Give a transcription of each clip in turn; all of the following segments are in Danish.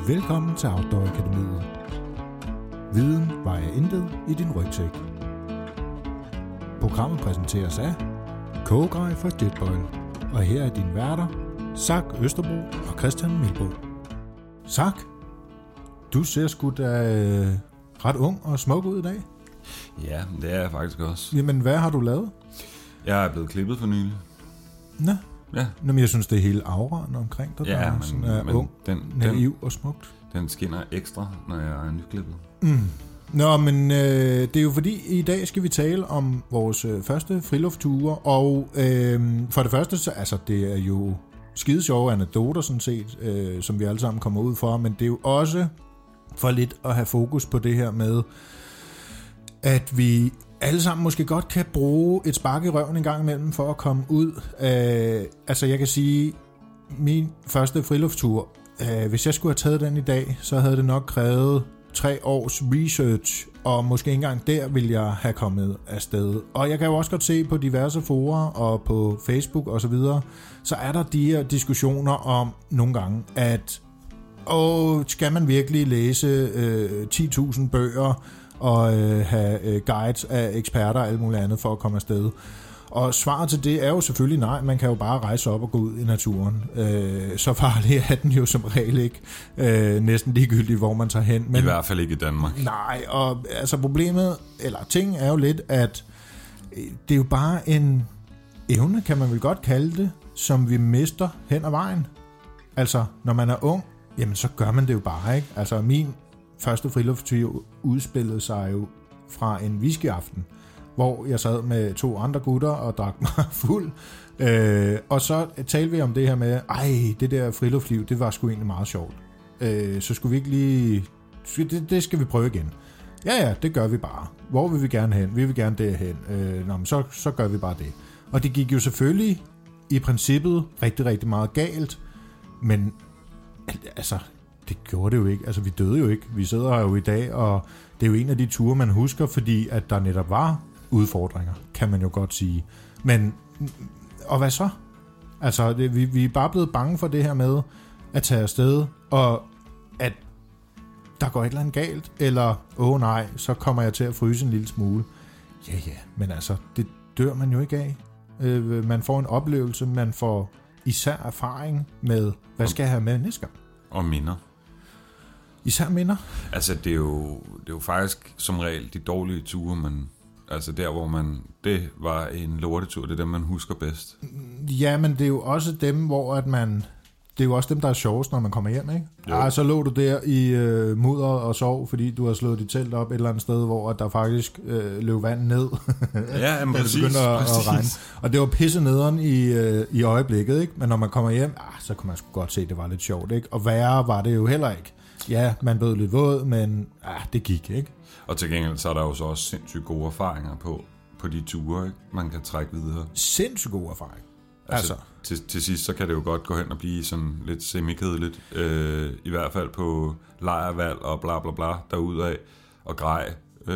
Velkommen til Outdoor Akademiet. Viden vejer intet i din rygsæk. Programmet præsenteres af Kogegrej fra Jetboil. Og her er dine værter, Zach Østerbro og Christian Milbo. Zach, du ser sgu da ret ung og smuk ud i dag. Ja, det er jeg faktisk også. Jamen, hvad har du lavet? Jeg er blevet klippet for nylig. Nå. Ja. Nå, men jeg synes, det er helt afrørende omkring dig, ja, der sådan er ung, naiv og smukt. Den skinner ekstra, når jeg er nyklippet. Nå, men det er jo fordi, i dag skal vi tale om vores første friluftture, og for det første, så, altså det er jo skide sjove anekdoter sådan set, som vi alle sammen kommer ud for, men det er jo også for lidt at have fokus på det her med, at vi alle sammen måske godt kan bruge et spark i røven en gang imellem for at komme ud. Altså jeg kan sige, min første friluftstur, hvis jeg skulle have taget den i dag, så havde det nok krævet 3 års research, og måske ikke engang der ville jeg have kommet afsted. Og jeg kan jo også godt se på diverse forer og på Facebook og så videre, så er der de her diskussioner om nogle gange, at skal man virkelig læse 10.000 bøger og have guides af eksperter og alt muligt andet for at komme afsted. Og svaret til det er jo selvfølgelig nej, man kan jo bare rejse op og gå ud i naturen. Så farlig er den jo som regel ikke, næsten ligegyldigt hvor man tager hen. Men, i hvert fald ikke i Danmark. Nej, og altså problemet, eller ting er jo lidt, at det er jo bare en evne, kan man vel godt kalde det, som vi mister hen ad vejen. Altså, når man er ung, jamen så gør man det jo bare, ikke? Altså, min første friluftstur udspillede sig jo fra en whiskyaften, hvor jeg sad med 2 andre gutter og drak mig fuld. Og så talte vi om det her med, det der friluftsliv, det var sgu egentlig meget sjovt. Så skulle vi ikke lige... Det skal vi prøve igen. Ja, det gør vi bare. Hvor vil vi gerne hen? Vi vil gerne derhen. Så gør vi bare det. Og det gik jo selvfølgelig i princippet rigtig, rigtig meget galt. Men altså, det gjorde det jo ikke. Altså, vi døde jo ikke. Vi sidder her jo i dag, og det er jo en af de ture, man husker, fordi at der netop var udfordringer, kan man jo godt sige. Men, og hvad så? Altså, vi er bare blevet bange for det her med at tage afsted, og at der går et eller andet galt, eller, nej, så kommer jeg til at fryse en lille smule. Ja, men altså, det dør man jo ikke af. Man får en oplevelse, man får især erfaring med, hvad skal jeg have med næste gang? Og minder. Især minder? Altså, det er jo faktisk som regel de dårlige ture, altså der, hvor det var en lortetur, det er dem, man husker bedst. Ja, men det er jo også dem, hvor at det er jo også dem, der er sjovest, når man kommer hjem, ikke? Så lå du der i mudderet og sov, fordi du har slået dit telt op et eller andet sted, hvor der faktisk løb vand ned. Ja, men præcis. Det begyndte at regne. Og det var pisse nederen i øjeblikket, ikke? Men når man kommer hjem, så kan man sgu godt se, at det var lidt sjovt, ikke? Og værre var det jo heller ikke. Ja, man blev lidt våd, men det gik, ikke? Og til gengæld, så er der jo så også sindssygt gode erfaringer på de ture, ikke? Man kan trække videre. Sindssygt gode erfaringer. Altså til sidst, så kan det jo godt gå hen og blive sådan lidt semikedeligt. I hvert fald på lejrvalg og bla bla bla derudaf og grej.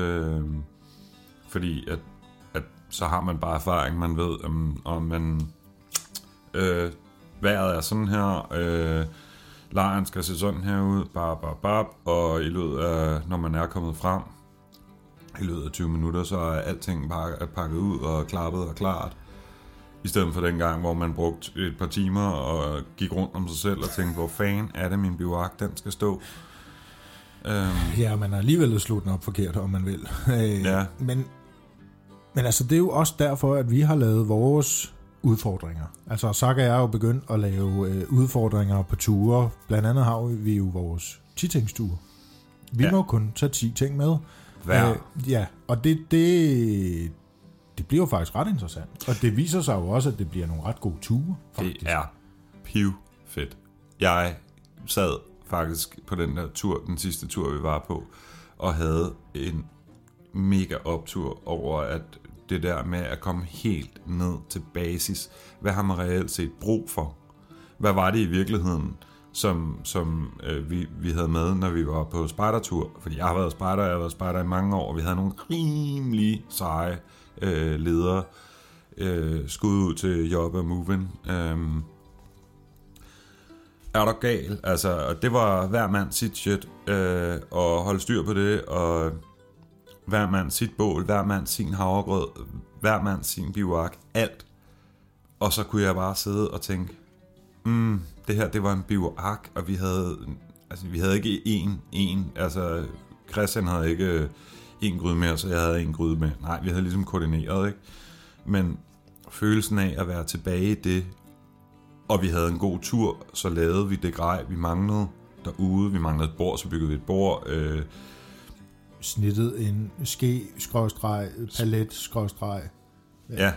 Fordi at så har man bare erfaring, man ved, om man vejret er sådan her, lejren skal se sådan her ud, og i løbet af, når man er kommet frem, i løbet af 20 minutter, så er alting bare pakket ud og klappet og klart. I stedet for den gang, hvor man brugte et par timer og gik rundt om sig selv og tænkte, hvor fanden er det, min bivak, den skal stå? Ja, man har alligevel slået den op forkert, om man vil. Ja. Men altså, det er jo også derfor, at vi har lavet vores udfordringer. Altså, så kan jeg jo begyndt at lave udfordringer på ture. Blandt andet har vi jo vores 10-tingsture. Vi må kun tage 10 ting med. Ja, og det bliver jo faktisk ret interessant. Og det viser sig jo også, at det bliver nogle ret gode ture, faktisk. Det er pivfedt. Jeg sad faktisk på den der tur, den sidste tur, vi var på, og havde en mega optur over, at det der med at komme helt ned til basis. Hvad har man reelt set brug for? Hvad var det i virkeligheden, som vi havde med, når vi var på spejdertur? Fordi jeg har været spejder i mange år, og vi havde nogle rimelig seje ledere. Skud ud til Jobbe og Movin. Er der gal? Altså, det var hver mand sit shit, og holde styr på det, og hver mand sit bål, hver mand sin havregrød, hver mand sin bivouac, alt. Og så kunne jeg bare sidde og tænke, det her, det var en bivouac, og vi havde ikke en, altså Christian havde ikke en gryde mere, så jeg havde en gryde med. Nej, vi havde ligesom koordineret, ikke? Men følelsen af at være tilbage i det, og vi havde en god tur, så lavede vi det grej, vi manglede derude. Vi manglede et bord, så byggede vi et bord. Snittet en ske, skråstreg, palet, skråstreg. Ja.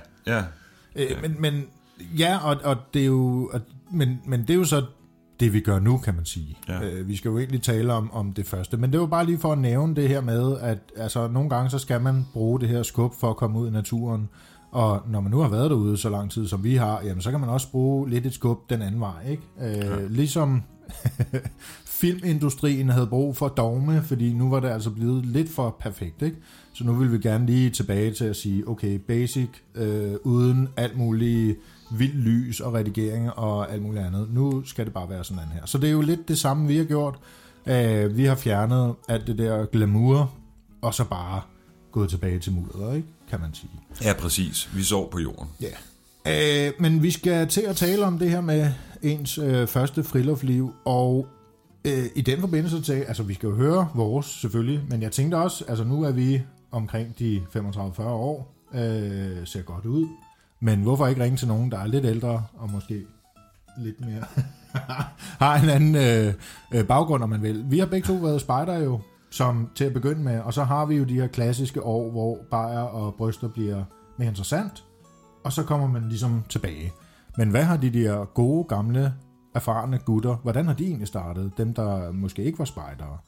Men ja, og det er jo, men det er jo så det, vi gør nu, kan man sige. Ja. Vi skal jo egentlig tale om det første, men det var bare lige for at nævne det her med, at altså, nogle gange så skal man bruge det her skub for at komme ud i naturen, og når man nu har været derude så lang tid, som vi har, jamen, så kan man også bruge lidt et skub den anden vej, ikke? Ligesom filmindustrien havde brug for dogme, fordi nu var det altså blevet lidt for perfekt, ikke? Så nu vil vi gerne lige tilbage til at sige, okay, basic, uden alt muligt vild lys og redigering og alt muligt andet. Nu skal det bare være sådan her. Så det er jo lidt det samme, vi har gjort. Vi har fjernet alt det der glamour, og så bare gået tilbage til mudder, ikke? Kan man sige. Ja, præcis. Vi sov på jorden. Ja. Men vi skal til at tale om det her med ens første friluftsliv, og i den forbindelse til, altså vi skal jo høre vores selvfølgelig, men jeg tænkte også, altså nu er vi omkring de 35-40 år, ser godt ud, men hvorfor ikke ringe til nogen, der er lidt ældre, og måske lidt mere, har en anden baggrund, om man vil. Vi har begge to været spejdere jo, som til at begynde med, og så har vi jo de her klassiske år, hvor bajer og bryster bliver mere interessant, og så kommer man ligesom tilbage. Men hvad har de der gode, gamle, erfarne gutter, hvordan har de egentlig startet? Dem, der måske ikke var spejdere.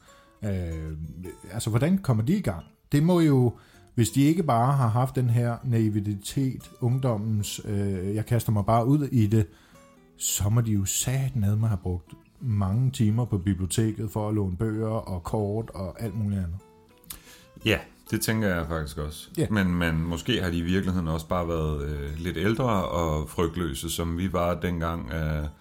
Altså, hvordan kommer de i gang? Det må jo, hvis de ikke bare har haft den her naivitet, ungdommens, jeg kaster mig bare ud i det, så må de jo satnedme have brugt mange timer på biblioteket for at låne bøger og kort og alt muligt andet. Ja, det tænker jeg faktisk også. Yeah. Men måske har de i virkeligheden også bare været lidt ældre og frygtløse, som vi var dengang,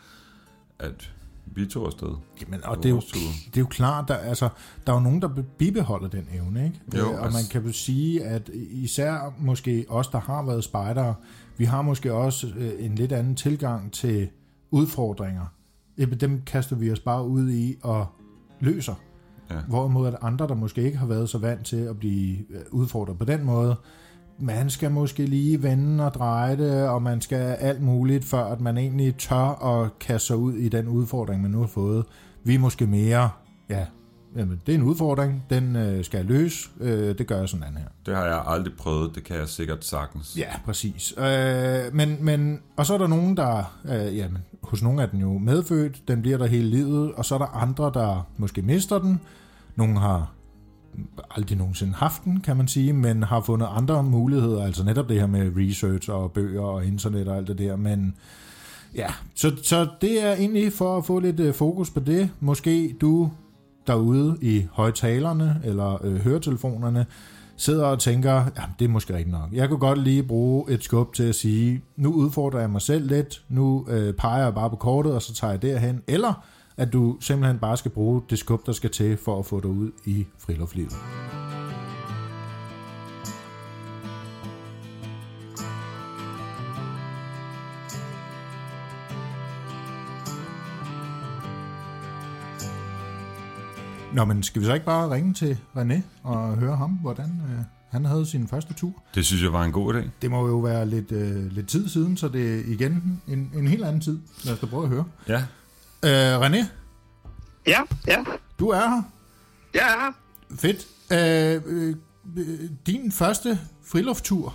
at vi tog afsted. Jamen, og det er jo klart, der er jo nogen, der bibeholder den evne, ikke? Jo, og man kan jo sige, at især måske os, der har været spejdere, vi har måske også en lidt anden tilgang til udfordringer. Dem kaster vi os bare ud i og løser. Ja. Hvorimod at andre, der måske ikke har været så vant til at blive udfordret på den måde, man skal måske lige vende og dreje det, og man skal alt muligt, før at man egentlig tør at kaste sig ud i den udfordring, man nu har fået. Vi er måske mere, jamen, det er en udfordring, den skal jeg løse, det gør jeg sådan her. Det har jeg aldrig prøvet, det kan jeg sikkert sagtens. Ja, præcis. Men og så er der nogen, der, jamen, hos nogle af den jo medfødt, den bliver der hele livet, og så er der andre, der måske mister den. Nogle har aldrig nogensinde haft den, kan man sige, men har fundet andre muligheder, altså netop det her med research og bøger og internet og alt det der, men ja, så det er egentlig for at få lidt fokus på det. Måske du derude i højtalerne eller høretelefonerne sidder og tænker, ja, det er måske rigtigt nok. Jeg kunne godt lige bruge et skub til at sige, nu udfordrer jeg mig selv lidt, nu peger jeg bare på kortet, og så tager jeg derhen, eller at du simpelthen bare skal bruge det skub, der skal til for at få dig ud i friluftslivet. Nå, men skal vi så ikke bare ringe til René og høre ham, hvordan han havde sin første tur? Det synes jeg var en god idé. Det må jo være lidt tid siden, så det er igen en helt anden tid. Lad os da prøve at høre. Ja. René? Ja. Du er her? Jeg er her. Fedt. Din første friluftstur?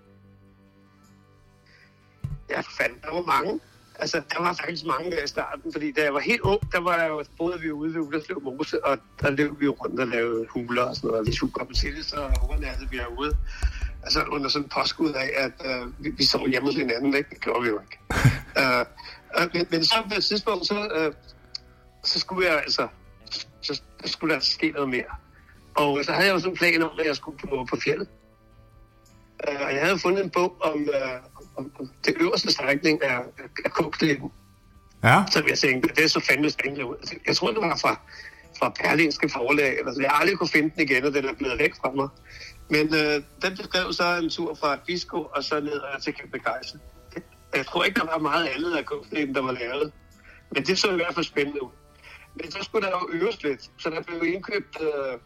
Ja, fanden, der var mange. Altså, der var faktisk mange i starten, fordi da jeg var helt ung, boede vi ude ved Ullerslev Mose, og der løb vi rundt og lavede huler og sådan noget, og vi skulle komme til det, så overnattede vi herude. Altså, under sådan en påskud af, at vi sov hjemme hos hinanden, ikke? Det gjorde vi jo ikke. Men så på et tidspunkt, så skulle jeg altså, så skulle der ske noget mere. Og så havde jeg jo sådan en plan om, at jeg skulle på fjeldet. Og jeg havde fundet en bog om den øverste strækning af Kugsleden. Ja. Så jeg tænkte, det så fandme spændende ud. Jeg tror, det var fra Berlingske Forlag. Altså, jeg har aldrig kunne finde den igen, og den er blevet væk fra mig. Men den beskrev så en tur fra Bisco, og så ned til Kebnekaise. Jeg tror ikke, der var meget andet af kunstneren, der var lavet. Men det så i hvert fald spændende ud. Men så skulle der jo øves lidt. Så der blev indkøbt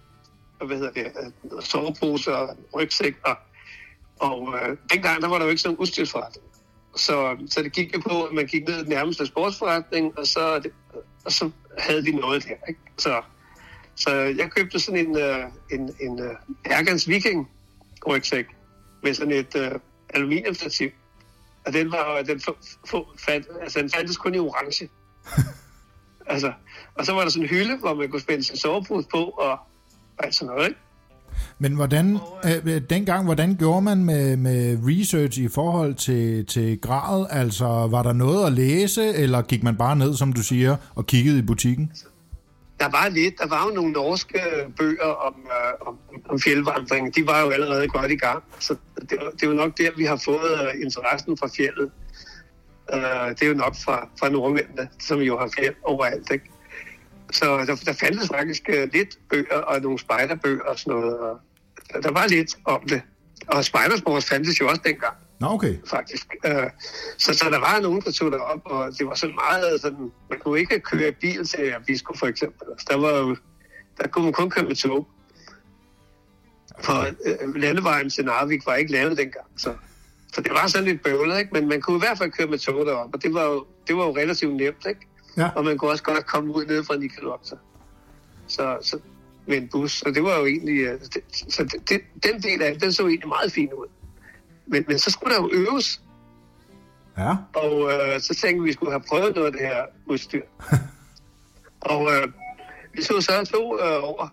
soveposer og rygsæk. Og dengang, der var der jo ikke sådan en udstyrsforretning. Så det gik jo på, at man gik ned i den nærmeste sportsforretning, og så havde de noget der. Ikke? Så jeg købte sådan en Ergans Viking rygsæk med sådan et aluminiumstativ. Og den fandtes kun i orange. Altså, og så var der sådan en hylde, hvor man kunne spænde sin sovepose på og alt sådan noget, ikke? Men hvordan gjorde man med research i forhold til grad? Altså, var der noget at læse, eller gik man bare ned, som du siger, og kiggede i butikken? Der var lidt. Der var jo nogle norske bøger om fjeldvandring. De var jo allerede godt i gang. Så det er jo nok der, vi har fået interessen for fjeldet. Det er jo nok fra nordmændene, som jo har fjeld overalt, ikke? Så der fandtes faktisk lidt bøger og nogle spejderbøger og sådan noget. Og der var lidt om det. Og spejdersport fandtes jo også dengang. Nå, okay. Faktisk. Så der var nogen, der tog det op, og det var så meget sådan... Man kunne ikke køre bil til Abisko, for eksempel. Der kunne man kun køre med tog. For landevejen til Narvik var ikke lavet dengang. Så det var sådan lidt bøvlet, ikke? Men man kunne i hvert fald køre med tog derop, og det var jo relativt nemt, ikke? Ja. Og man kunne også godt komme ud nede fra Nikolopter. Så med en bus. Og det var jo egentlig... den del af det, den så egentlig meget fin ud. Men så skulle der jo øves. Ja. Og så tænkte vi skulle have prøvet noget af det her udstyr. Og vi så 2 over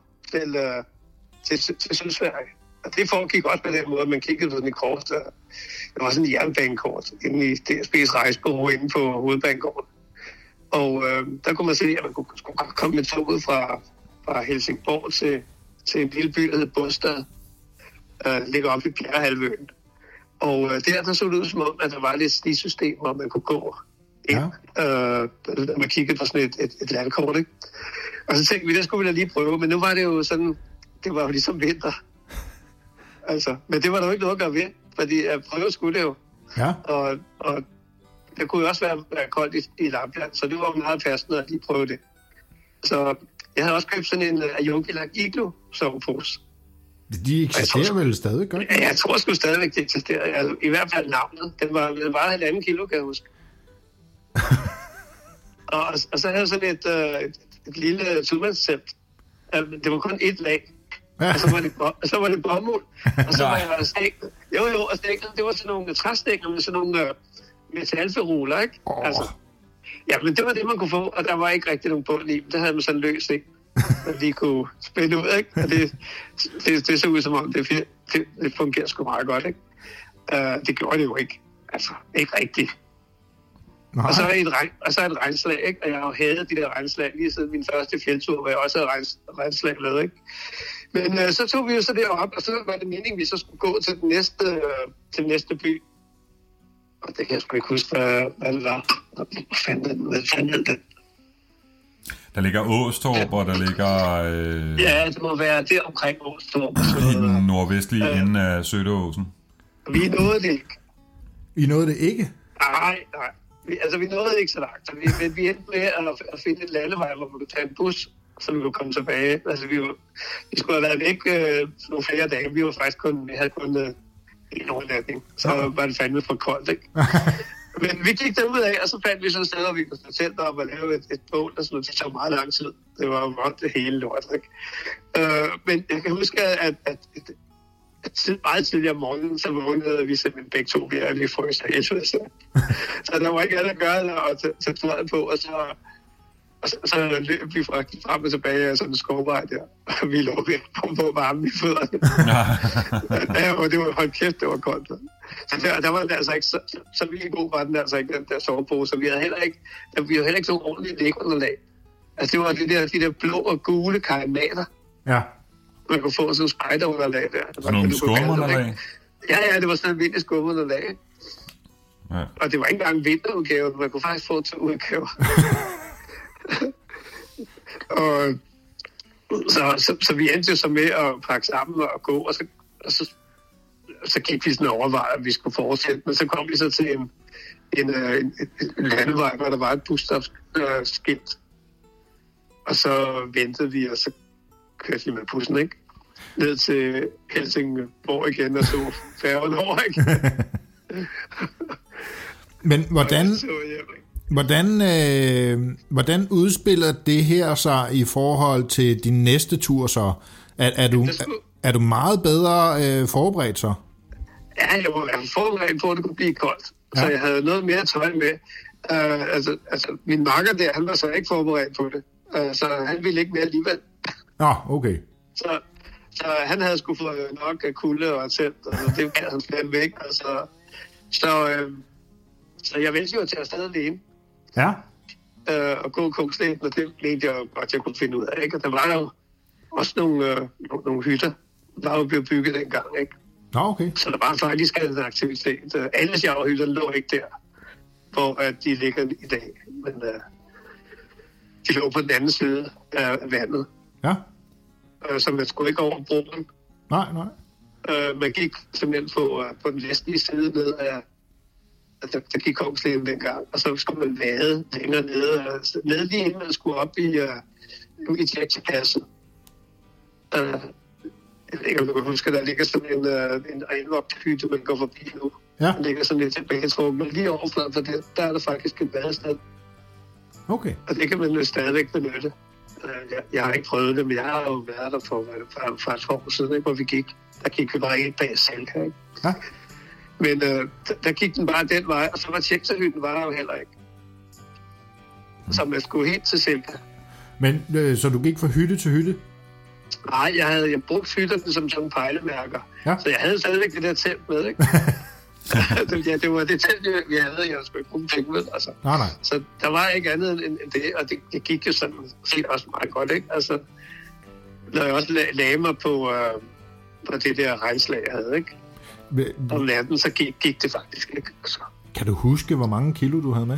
til Sydsverige. Og det foregik også på den måde, at man kiggede på den i kort. Der var sådan en jernbanekort inde i DSB's rejsebureau inde på Hovedbanegården. Og der kunne man se, at man skulle komme med toget fra Helsingborg til en lille by, der hed Båstad. Ligger oppe i Bjerrehalvøen. Og der så det ud som om, at der var lidt stisystem, hvor man kunne gå ind. Ja. Man kiggede på sådan et landkort, ikke? Og så tænkte vi, det skulle vi da lige prøve. Men nu var det jo sådan, det var jo ligesom vinter. Altså, men det var der jo ikke noget at gøre ved, fordi at prøve skulle det jo. Ja. Og det kunne jo også være koldt i Lapland, så det var meget passende at lige prøve det. Så jeg havde også købt sådan en Ayunkilag Iglo sovepose. De eksisterer vel stadig, gør de? Ja, jeg tror sgu stadigvæk, det eksisterer. Altså, i hvert fald navnet. Den var 1,5 kilo, kan jeg huske. og så havde jeg sådan et lille tudmandstelt. Det var kun 1 lag. Ja. Og så var det bomuld. Og så var jeg stækket. Jo, og stækket, det var sådan nogle træstækker med sådan nogle metalferoler, ikke? Altså, ja, men det var det, man kunne få, og der var ikke rigtig nogen bund i. Der havde man sådan løs, ikke? At de kunne spænde ud, ikke? Og det så ud som om, det fungerer sgu meget godt, ikke? Det gjorde det jo ikke. Altså, ikke rigtigt. Nej. Og så er et regnslag, ikke? Og jeg har jo hadet de der regnslag lige siden min første fjeldtur, hvor jeg også havde regnslag med, ikke? Men så tog vi jo så derop, og så var det meningen, at vi så skulle gå til den næste by. Og det kan jeg sgu ikke huske, hvad det var. Hvad fanden det? Der ligger Åstorp, og der ligger... Ja, det må være der omkring Åstorp. I den nordvestlige ende af Sødeåsen. Vi nåede det ikke. I nåede det ikke? Nej. Vi nåede det ikke så langt. Men vi endte med at finde en landevej, hvor man kunne tage en bus, så vi kunne komme tilbage. Altså, vi skulle have været væk nogle flere dage. Vi havde kun en overnatning. Så var det fandme for koldt, ikke? Men vi gik derud af, og så fandt vi sådan et sted, hvor vi kunne stå telt op og lave et bål, og sådan noget. Det tog meget lang tid. Det var jo godt det hele lort, ikke? Men jeg kan huske, at meget tidligere om morgenen, så vågnede vi simpelthen begge to, vi frøs af helvede. Så der var ikke andet at gøre, og tage tøjet på, og så løb vi frem og tilbage af sådan en skovvej der, og vi lå ved på varme i fødderne. Ja, og det var, hold kæft, det var koldt. Så der var det altså ikke, så virkelig god var den altså ikke, den der sovepose. Vi havde heller ikke sådan nogle ordentlige lægunderlag. Altså det var de der blå og gule karimater. Ja. Man kunne få sådan en spejderunderlag der. Sådan nogle skumunderlag? Ja, det var sådan en vildt skumunderlag. Ja. Og det var ikke engang vinterudgaven, man kunne faktisk få 2 udgaver. Og så vi endte jo så med at pakke sammen og gå, og så gik vi sådan overvejet, at vi skulle fortsætte. Men så kom vi så til en landevej, hvor der var et busstopskilt. Og så ventede vi, og så kørte vi med bussen, ikke? Ned til Helsingborg igen, og så færgen over, ikke? Men hvordan udspiller det her sig i forhold til din næste tur så? Er du meget bedre forberedt så? Ja, jeg var forberedt på, at det kunne blive koldt. Ja. Så jeg havde noget mere tøj med. Altså, min makker der, han var så ikke forberedt på det. Så han ville ikke mere alligevel. Okay. Så han havde sgu fået nok af kulde og telt, og det gav han slet væk. Så jeg vælger jo til at stadig alene. Ja. Og gå Kongsten, og det mente jeg jo godt, jeg kunne finde ud af. Ikke? Og der var jo også nogle hytter, der var blevet bygget dengang. Ikke? Okay. Så der var faktisk en aktivitet. Alle sjaverhytter lå ikke der, hvor de ligger i dag. Men de lå på den anden side af vandet. Ja. Så man skulle ikke over broen. Nej. Man gik simpelthen på den vestlige side ned af, der gik Kongslægen dengang, og så skulle man vade længere nede. Nede lige inden man skulle op i Tjekkepladsen. Jeg ved ikke, om du kan huske, der ligger sådan en renvogthytte, man går forbi nu. Ja. Der ligger sådan lidt tilbage, tror jeg. Men lige overfor for det, der er der faktisk et badested. Okay. Og det kan man jo stadigvæk benytte. Jeg har ikke prøvet det, men jeg har jo været der for et år siden, ikke, hvor vi gik. Der gik vi bare ind bag Salka, ikke? Ja. Men der gik den bare den vej, og så var Tjekkepladsen var der jo heller ikke. Så man skulle helt til Salka. Men så du gik fra hytte til hytte? Nej, jeg brugte hytterne som sådan pejlemærker. Ja. Så jeg havde stadigvæk det der telt med, ikke? Ja, det var det telt, vi havde. Jeg skulle ikke bruge penge med, altså. Nej. Så der var ikke andet end det, og det gik jo sådan set også meget godt, ikke? Altså, når jeg også lagde mig på det der regnslag, jeg havde, ikke? Om natten, så gik det faktisk ikke. Så. Kan du huske, hvor mange kilo du havde med?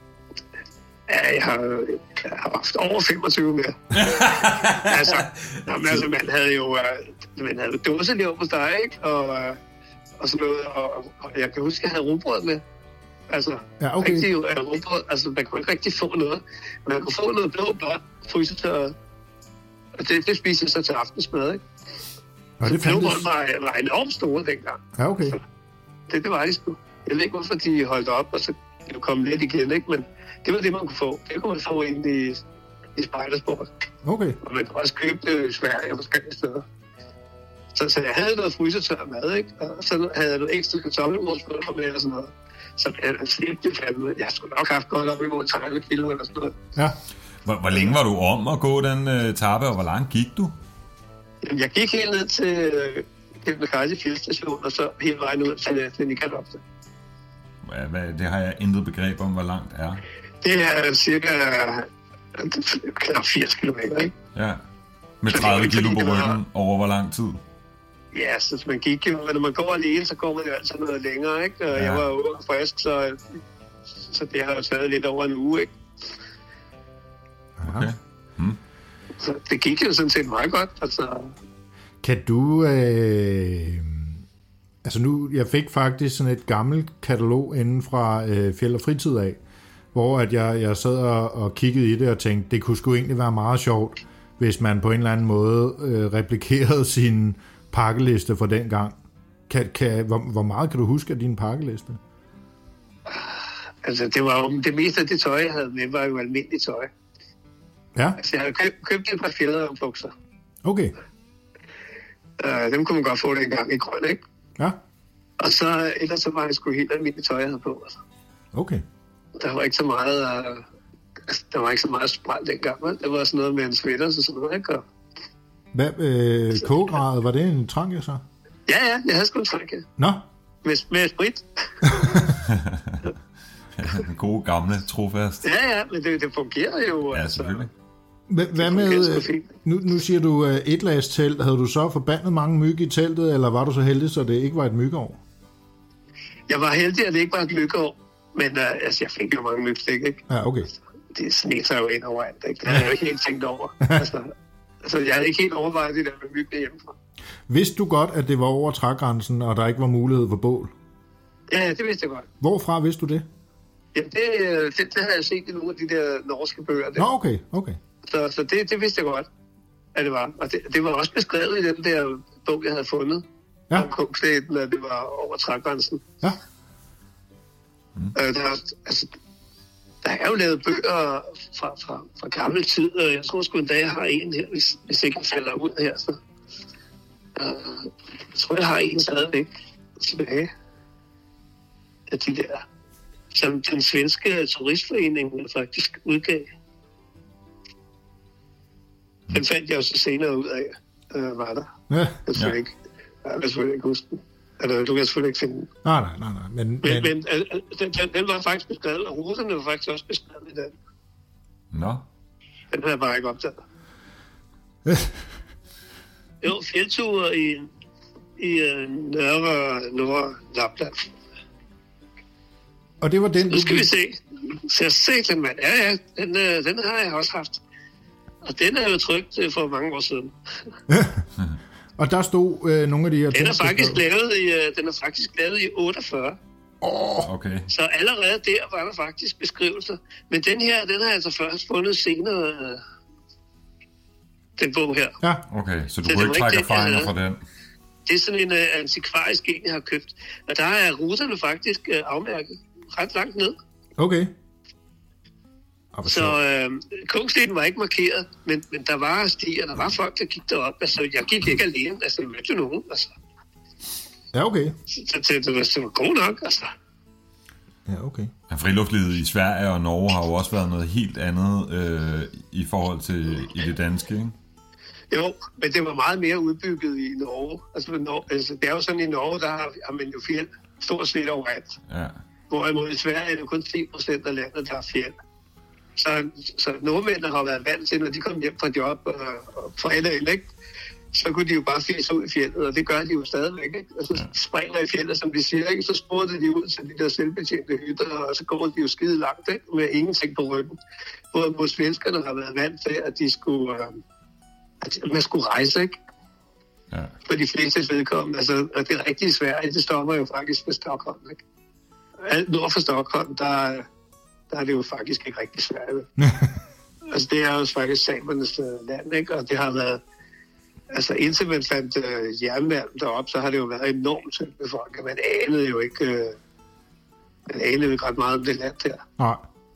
Ja, jeg har haft over 25 med. altså, man havde jo dåseliv på dig, ikke? Og sådan noget, og jeg kan huske, at jeg havde rugbrød med. Altså, ja, okay. Rigtig rugbrød. Altså, man kunne ikke rigtig få noget. Man kunne få noget blåt, frysetørret. Og det spiste jeg så til aftensmad, ikke? Så blåbrød var enormt store dengang. Ja, okay. Så, det var de sgu. Jeg ved ikke, hvorfor de holdt op, og så kom lidt igen, ikke? Men det var det, man kunne få. Det kunne man få ind i Spejdersport. Okay. Og man kunne også købe det i Sverige og forskellige steder. Så jeg havde noget frysetør mad, ikke? Og så havde jeg noget ekstra kartoffelmordsbøtter med og sådan noget. Så jeg slæbte det fandme. Jeg skulle nok have haft godt op imod 30 kilo eller sådan noget. Ja. Hvor længe var du om at gå den etape, og hvor langt gik du? Jamen, jeg gik helt ned til Kebnekaise Fjeldstation, og så hele vejen ud til Nikolofte. Det har jeg intet begreb om, hvor langt er. Det er cirka knap 80 kilometer, ikke? Ja. Med 30 kilo på ryggen over hvor lang tid? Ja, så man gik jo, når man går alene, så går man jo altid noget længere, ikke? Og ja. Jeg var jo ung og frisk, så det har jo taget lidt over en uge, ikke? Okay. Så det gik jo sådan set meget godt, altså. Kan du... Altså nu, jeg fik faktisk sådan et gammelt katalog inden fra Fjeld og Fritid af, hvor at jeg sad og kiggede i det og tænkte, det kunne sgu egentlig være meget sjovt, hvis man på en eller anden måde replikerede sin pakkeliste fra den gang. Hvor meget kan du huske af din pakkeliste? Altså, det var jo det meste af det tøj, jeg havde med, var jo almindeligt tøj. Ja? Altså, jeg havde købt et par fjederbukser. Okay. Dem kunne man godt få dengang i grøn, ikke? Ja. Og så ellers så var det sgu helt almindeligt tøj, jeg havde på. Altså. Okay. Der var ikke så meget spræl dengang, vel? Det var sådan noget med en sweater og sådan noget, ikke? Hvad, kogegradet, var det en trank, så? Ja, jeg havde sgu en trank, ja. Nå? Med sprit. Den gode gamle trofast. Ja, men det fungerer jo. Ja, selvfølgelig. Hvad med, nu siger du etlagstelt, havde du så forbandet mange myg i teltet, eller var du så heldig, så det ikke var et myggeår? Jeg var heldig, at det ikke var et myggeår. Men altså, jeg fik jo mange mygstik, ikke? Ja, okay. Det sneser sig jo ind overalt, ikke? Det havde jeg jo ikke helt tænkt over. Altså, jeg havde ikke helt overvejet det der med myggene hjemmefra. Vidste du godt, at det var over trægrænsen, og der ikke var mulighed for bål? Ja, det vidste jeg godt. Hvorfra vidste du det? Jamen, det havde jeg set i nogle af de der norske bøger. Der. Nå, okay. Så det vidste jeg godt, at det var. Og det var også beskrevet i den der bog, jeg havde fundet. Ja. Om Kungslæten, at det var over trægrænsen. Ja. Der er jo lavet bøger fra gammel tid, og jeg tror sgu en dag, jeg har en her, hvis ikke den falder ud her. Så. Jeg tror, jeg har en stadigvæk tilbage af de der, som den svenske turistforening faktisk udgav. Den fandt jeg jo så senere ud af, var der. Ja. Jeg kan selvfølgelig ikke huske den. Altså, du kan selvfølgelig ikke finde den. Nej. Men den var faktisk beskrevet, og ruterne var faktisk også beskrevet i den. Nå. Den havde jeg bare ikke optaget. Jo, fjeldture i Nørre Lapland. Og det var den, nu skal vi se. Så jeg se den, mand. Ja, den har jeg også haft. Og den er jo trykt for mange år siden. Og der stod nogle af de her ting. Den er faktisk lavet i 48. Okay. Så allerede der var der faktisk beskrivelser. Men den her, den har jeg altså først fundet senere, den bog her. Ja. Okay, så du kunne ikke trække erfaringer fra den? Det er sådan en antikvarisk en, jeg har købt. Og der er ruterne faktisk afmærket ret langt ned. Okay. Så Kungslæten var ikke markeret, men der var stier, der var folk, der gik derop. Altså, jeg gik ikke alene, altså, jeg mødte nogen, altså. Ja, okay. Så det var god nok, altså. Ja, okay. Men friluftslivet i Sverige og Norge har jo også været noget helt andet i forhold til i det danske, ikke? Jo, men det var meget mere udbygget i Norge. Altså det er jo sådan, i Norge, der har man jo fjeld stort set overalt. Ja. Ja. For de fleste vedkommende. Altså, og det rigtige Sverige, det stopper jo faktisk ved Stockholm, ikke? Alt nord for Stockholm, der er det jo faktisk ikke rigtig Sverige. Altså, det er jo faktisk samernes land, ikke? Og det har været... Altså, indtil man fandt jernmalm deroppe, så har det jo været enormt tyndt befolket. Man anede jo ikke... man anede jo ikke ret meget om det land der. Nej.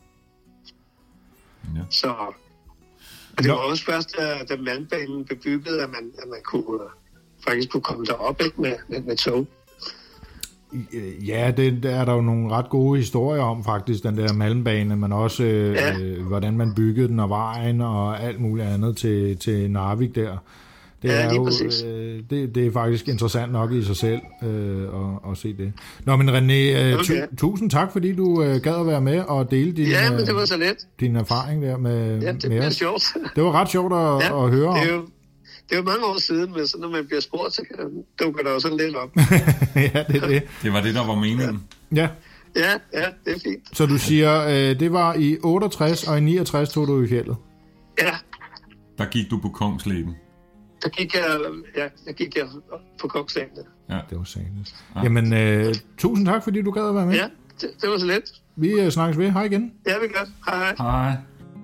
Ja. Så... Og det var også først, da malmbanen blev bygget, at man kunne, faktisk kunne komme derop, ikke? Med tog. Ja, det er der jo nogle ret gode historier om faktisk, den der malmbane, men også hvordan man byggede den og vejen og alt muligt andet til Narvik der. Det er jo det er faktisk interessant nok i sig selv at se det. Nå, men René, tusind tak, fordi du gad at være med og dele men det var så let. Din erfaring der med det bliver sjovt. Det var ret sjovt at høre om. Det er jo mange år siden, men så når man bliver spurgt, så dukker der jo sådan lidt op. Ja, det er det. Det var det, der var meningen. Ja. Ja, det er fint. Så du siger, det var i 68, og i 69 tog du i fjeldet? Ja. Der gik du på Kungslæten? Der gik jeg på Kungslæten. Ja, det var sandt. Ja. Jamen, tusind tak, fordi du gad at være med. Ja, det var så let. Vi snakkes ved. Hej igen. Ja, vi gør. Hej. Hej.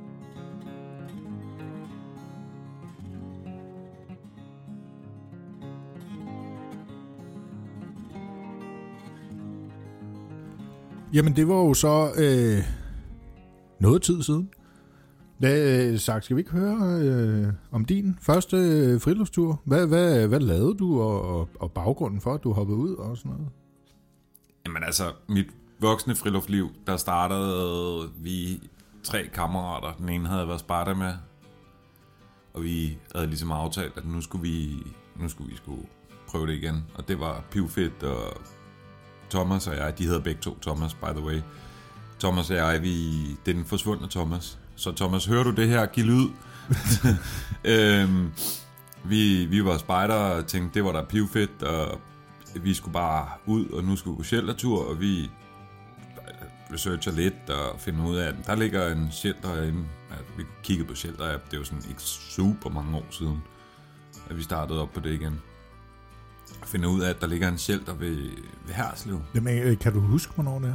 Jamen, det var jo så noget tid siden. Sagt, skal vi ikke høre om din første friluftstur? Hvad lavede du, og baggrunden for, at du hoppede ud og sådan noget? Jamen altså, mit voksne friluftsliv, der startede vi 3 kammerater. Den ene havde været spejder med, og vi havde ligesom aftalt, at nu skulle vi prøve det igen. Og det var pivfedt, og Thomas og jeg, de hedder begge to Thomas, by the way. Thomas og jeg, det er den forsvundne Thomas. Så Thomas, hører du det her? Giv lyd. Vi var spejdere og tænkte, det var da pivfedt, og vi skulle bare ud, og nu skulle vi på sheltertur, og vi researcher lidt og finder ud af, at der ligger en shelter inde. Altså, vi kiggede på shelter-app, det er jo sådan ikke super mange år siden, at vi startede op på det igen. Og finder ud af, at der ligger en shelter ved Herslev. Jamen, kan du huske, hvornår det er?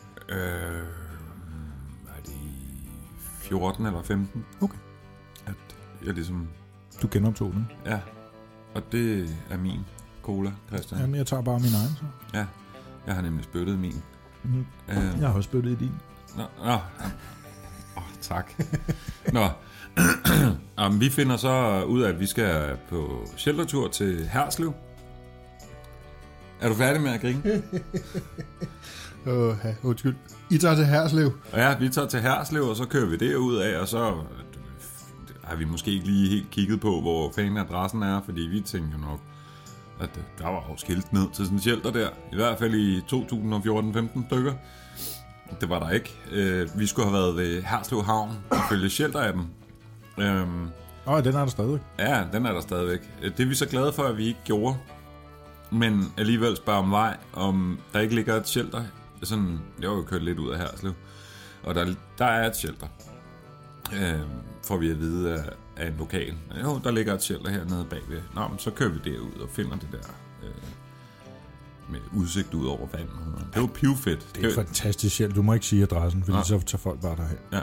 Er det 14 eller 15? Okay. At jeg ligesom... Du genoptog den? Ja, og det er min cola, Christian. Jamen, jeg tager bare min egen, så. Ja, jeg har nemlig spyttet min. Jeg har også spyttet i din. Nå. Tak. Nå, vi finder så ud af, at vi skal på sheltertur til Herslev. Er du færdig med at grine? Undskyld. I tager til Herslev? Ja, vi tager til Herslev, og så kører vi derud af, og så har vi måske ikke lige helt kigget på, hvor fanden adressen er, fordi vi tænker nok, at der var jo skilt ned til sådan en shelter der. I hvert fald i 2014-15 stykker. Det var der ikke. Vi skulle have været ved Herslev Havn og følge shelter-appen. Den er der stadigvæk. Ja, den er der stadigvæk. Det er vi så glade for, at vi ikke gjorde. Men alligevel spørger om vej, om der ikke ligger et shelter. Sådan, jeg har jo kørt lidt ud af Herslev. Og der er et shelter. Får vi at vide af en lokal. Jo, der ligger et shelter hernede bagved. Nå, men så kører vi derud og finder det der med udsigt ud over vandet. Det var pivfedt. Det er et fantastisk shelter. Du må ikke sige adressen, fordi så tager folk bare derhen. Ja.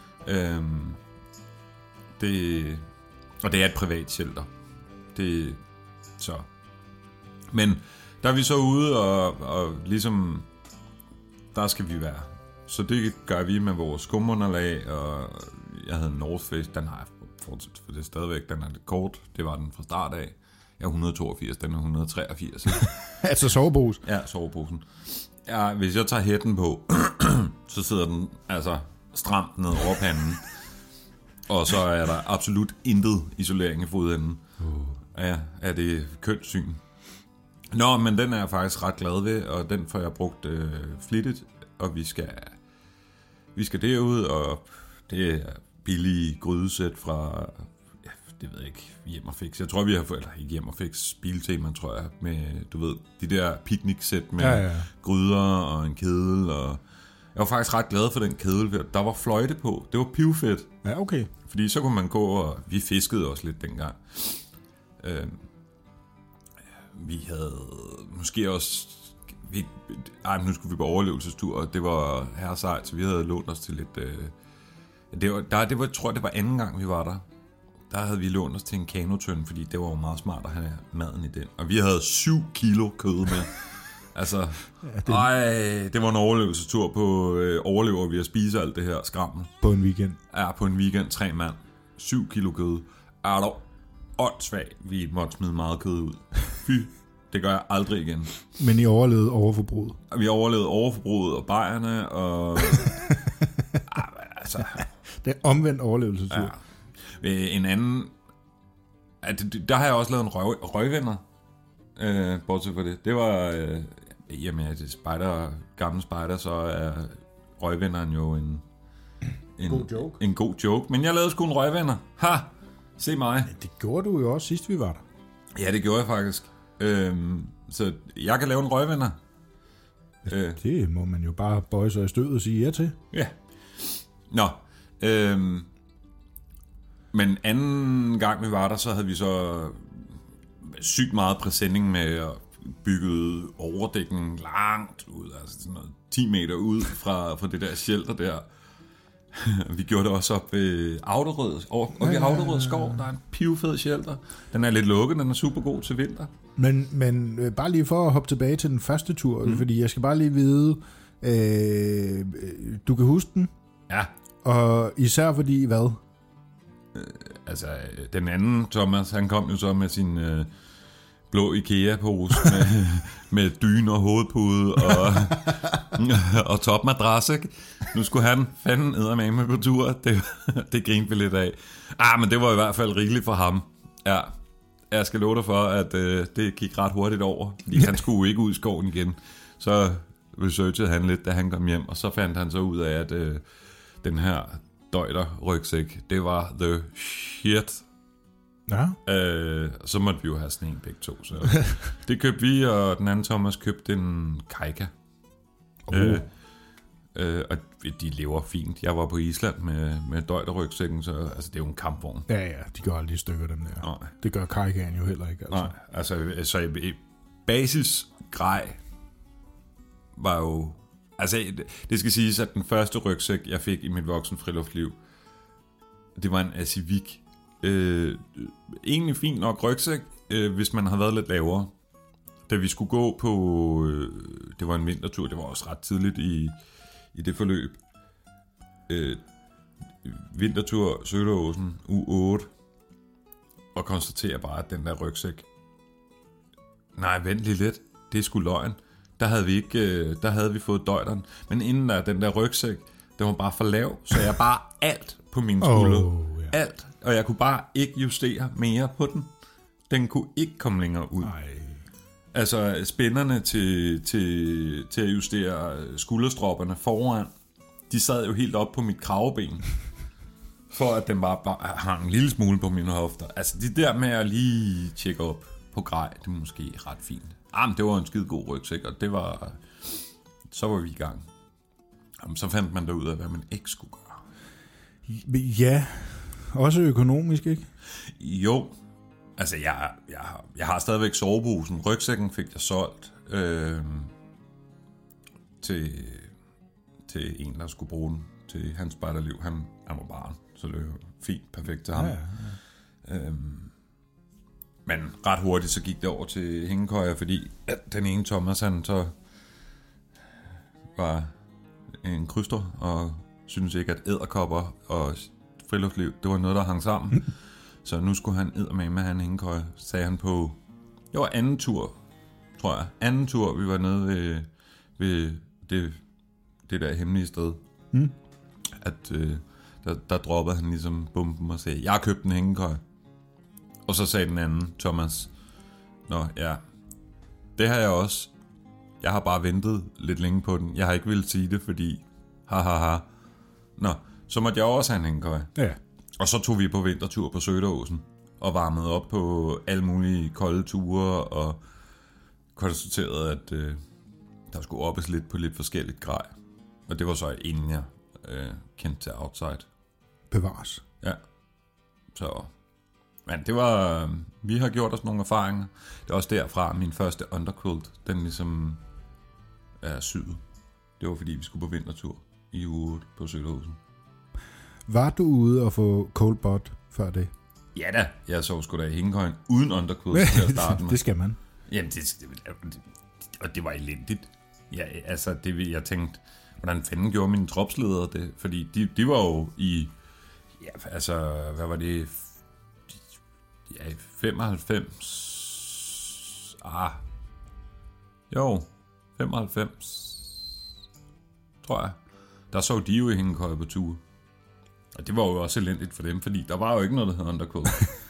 Og det er et privat shelter. Så. Men der er vi så ude, og ligesom, der skal vi være. Så det gør vi med vores skumunderlag, og jeg havde en North Face, den har jeg fortsat, for det er stadigvæk, den er lidt kort. Det var den fra start af. Jeg er 182, den er 183. Altså sovepose? Ja, soveposen. Ja, hvis jeg tager hætten på, så sidder den altså stramt ned over panden. Og så er der absolut intet isolering i fodenden. Ja, er det kønt syn. Nå, men den er jeg faktisk ret glad ved, og den får jeg brugt flittigt, og vi skal derud, og det er billige grydesæt fra, ja, det ved jeg ikke, Hjem og Fix. Jeg tror, vi har fået, eller ikke Hjem og Fix, Biltema, tror jeg, med, du ved, de der pikniksæt med gryder og en kedel, og jeg var faktisk ret glad for den kedel, der var fløjte på. Det var pivfedt. Ja, okay. Fordi så kunne man gå, og vi fiskede også lidt dengang. Vi havde måske også... nu skulle vi på overlevelsestur, og det var her sejt, så vi havde lånt os til lidt... Jeg tror, det var anden gang, vi var der. Der havde vi lånt os til en kanotønde, fordi det var jo meget smart at have maden i den. Og vi havde 7 kilo kød med. Altså, det var en overlevelsestur på overlever vi at spise alt det her skrammel. På en weekend? Ja, på en weekend, 3 mand. 7 kilo kød. Er der åndssvagt, vi måtte smide meget kød ud. Fy, det gør jeg aldrig igen. Men I overlevede overforbruget? Vi overlevede overforbruget og bajerne, og... altså... Det er omvendt overlevelsestur. Ja. En anden... Der har jeg også lavet en røgvenner. Bortset for det. Det var... jamen, det gamle spejder, så er røgvenneren jo en god joke. En god joke. Men jeg lavede sgu en røgvenner. Ha! Se mig. Men det gjorde du jo også sidst vi var der. Ja, det gjorde jeg faktisk. Så jeg kan lave en røgvenner. Det må man jo bare bøje sig i stødet og sige ja til. Ja. Nå. Men anden gang vi var der, så havde vi så sygt meget præsending med at bygge overdækning langt ud, altså sådan noget 10 meter ud fra det der shelter der. Vi gjorde det også op ved Auderød skov. Der er en pivfed shelter. Den er lidt lukket, den er super god til vinter. Men bare lige for at hoppe tilbage til den første tur, fordi jeg skal bare lige vide, du kan huske den? Ja. Og især fordi hvad? Altså, den anden Thomas, han kom jo så med sin blå IKEA-pose med dyne og hovedpude og topmadras, ikke? Nu skulle han fanden eddermame på tur. Det grinte vi lidt af. Men det var i hvert fald rigeligt for ham. Ja, jeg skal love dig for, at det gik ret hurtigt over. Fordi han skulle ikke ud i skoven igen. Så researchede han lidt, da han kom hjem. Og så fandt han så ud af, at den her Deuter-rygsæk, det var the shit. Ja. Så måtte vi jo have sådan en begge to. Så det købte vi, og den anden Thomas købte en Kaika. Og de lever fint. Jeg var på Island med Deuter-rygsækken, så altså, det er jo en kampvogn. Ja, de gør aldrig stykker dem der. Nej. Det gør Karikan jo heller ikke. Altså. Nej, altså basisgrej var jo... Altså, det skal siges, at den første rygsæk, jeg fik i mit voksen friluftsliv, det var en Asivik. Egentlig fint nok rygsæk, hvis man havde været lidt lavere. Da vi skulle gå på... det var en vintertur, det var også ret tidligt i det forløb. Vintertur Söderåsen, uge 8. Og konstaterer bare, at den der rygsæk... Nej, vent lige lidt. Det er sgu løgn. Der havde vi fået Deuteren. Men inden der, den der rygsæk, den var bare for lav, så jeg bare alt på mine skuldre. Ja. Alt. Og jeg kunne bare ikke justere mere på den. Den kunne ikke komme længere ud. Nej. Altså spænderne til at justere skulderstropperne foran, de sad jo helt op på mit kraveben, for at den bare hang en lille smule på mine hofter. Altså det der med at lige tjekke op på grej, det er måske ret fint. Men det var en skide god rygsæk, og så var vi i gang. Jamen, så fandt man derud af, hvad man ikke skulle gøre. Ja, også økonomisk, ikke? Jo, altså jeg har stadigvæk soveposen. Rygsækken fik jeg solgt til en, der skulle bruge den til hans spejderliv. Han var barn, så det var fint, perfekt til ham. Ja. Men ret hurtigt så gik det over til hængekøjer, fordi at den ene Thomas, han så var en kryster og synes ikke, at edderkopper og friluftsliv, det var noget, der hang sammen. Så nu skulle han eddermame med han hængekøje, sagde han på... Det var anden tur, tror jeg. Anden tur, vi var nede ved det der hemmelige sted. At der droppede han ligesom bomben og sagde, jeg har købt en hængekøje. Og så sagde den anden, Thomas, nå ja, det har jeg også. Jeg har bare ventet lidt længe på den. Jeg har ikke ville sige det, fordi hahaha. Nå, så måtte jeg også have en hængekøje. Ja. Og så tog vi på vintertur på Söderåsen og varmede op på alle mulige kolde ture og konstaterede, at der skulle oppes lidt på lidt forskelligt grej. Og det var så inden jeg kendte til Outside. Bevares. Ja. Så... Men det var... Vi har gjort os nogle erfaringer. Det er også derfra, min første underquilt, den ligesom er syet. Det var fordi, vi skulle på vintertur i uge 8 på Söderåsen. Var du ude og få cold butt før det? Ja da, jeg sov sgu da i hængekøjen uden underquilt til at starte med. Det skal man. Jamen, og det var elendigt. Ja, altså, jeg tænkte, hvordan fanden gjorde mine tropsledere det? Fordi de var jo i... Ja, altså, hvad var det... Ja, 95... 95... Tror jeg. Der så de jo i hængekøje på tur. Og det var jo også elendigt for dem, fordi der var jo ikke noget, der hed underquilt.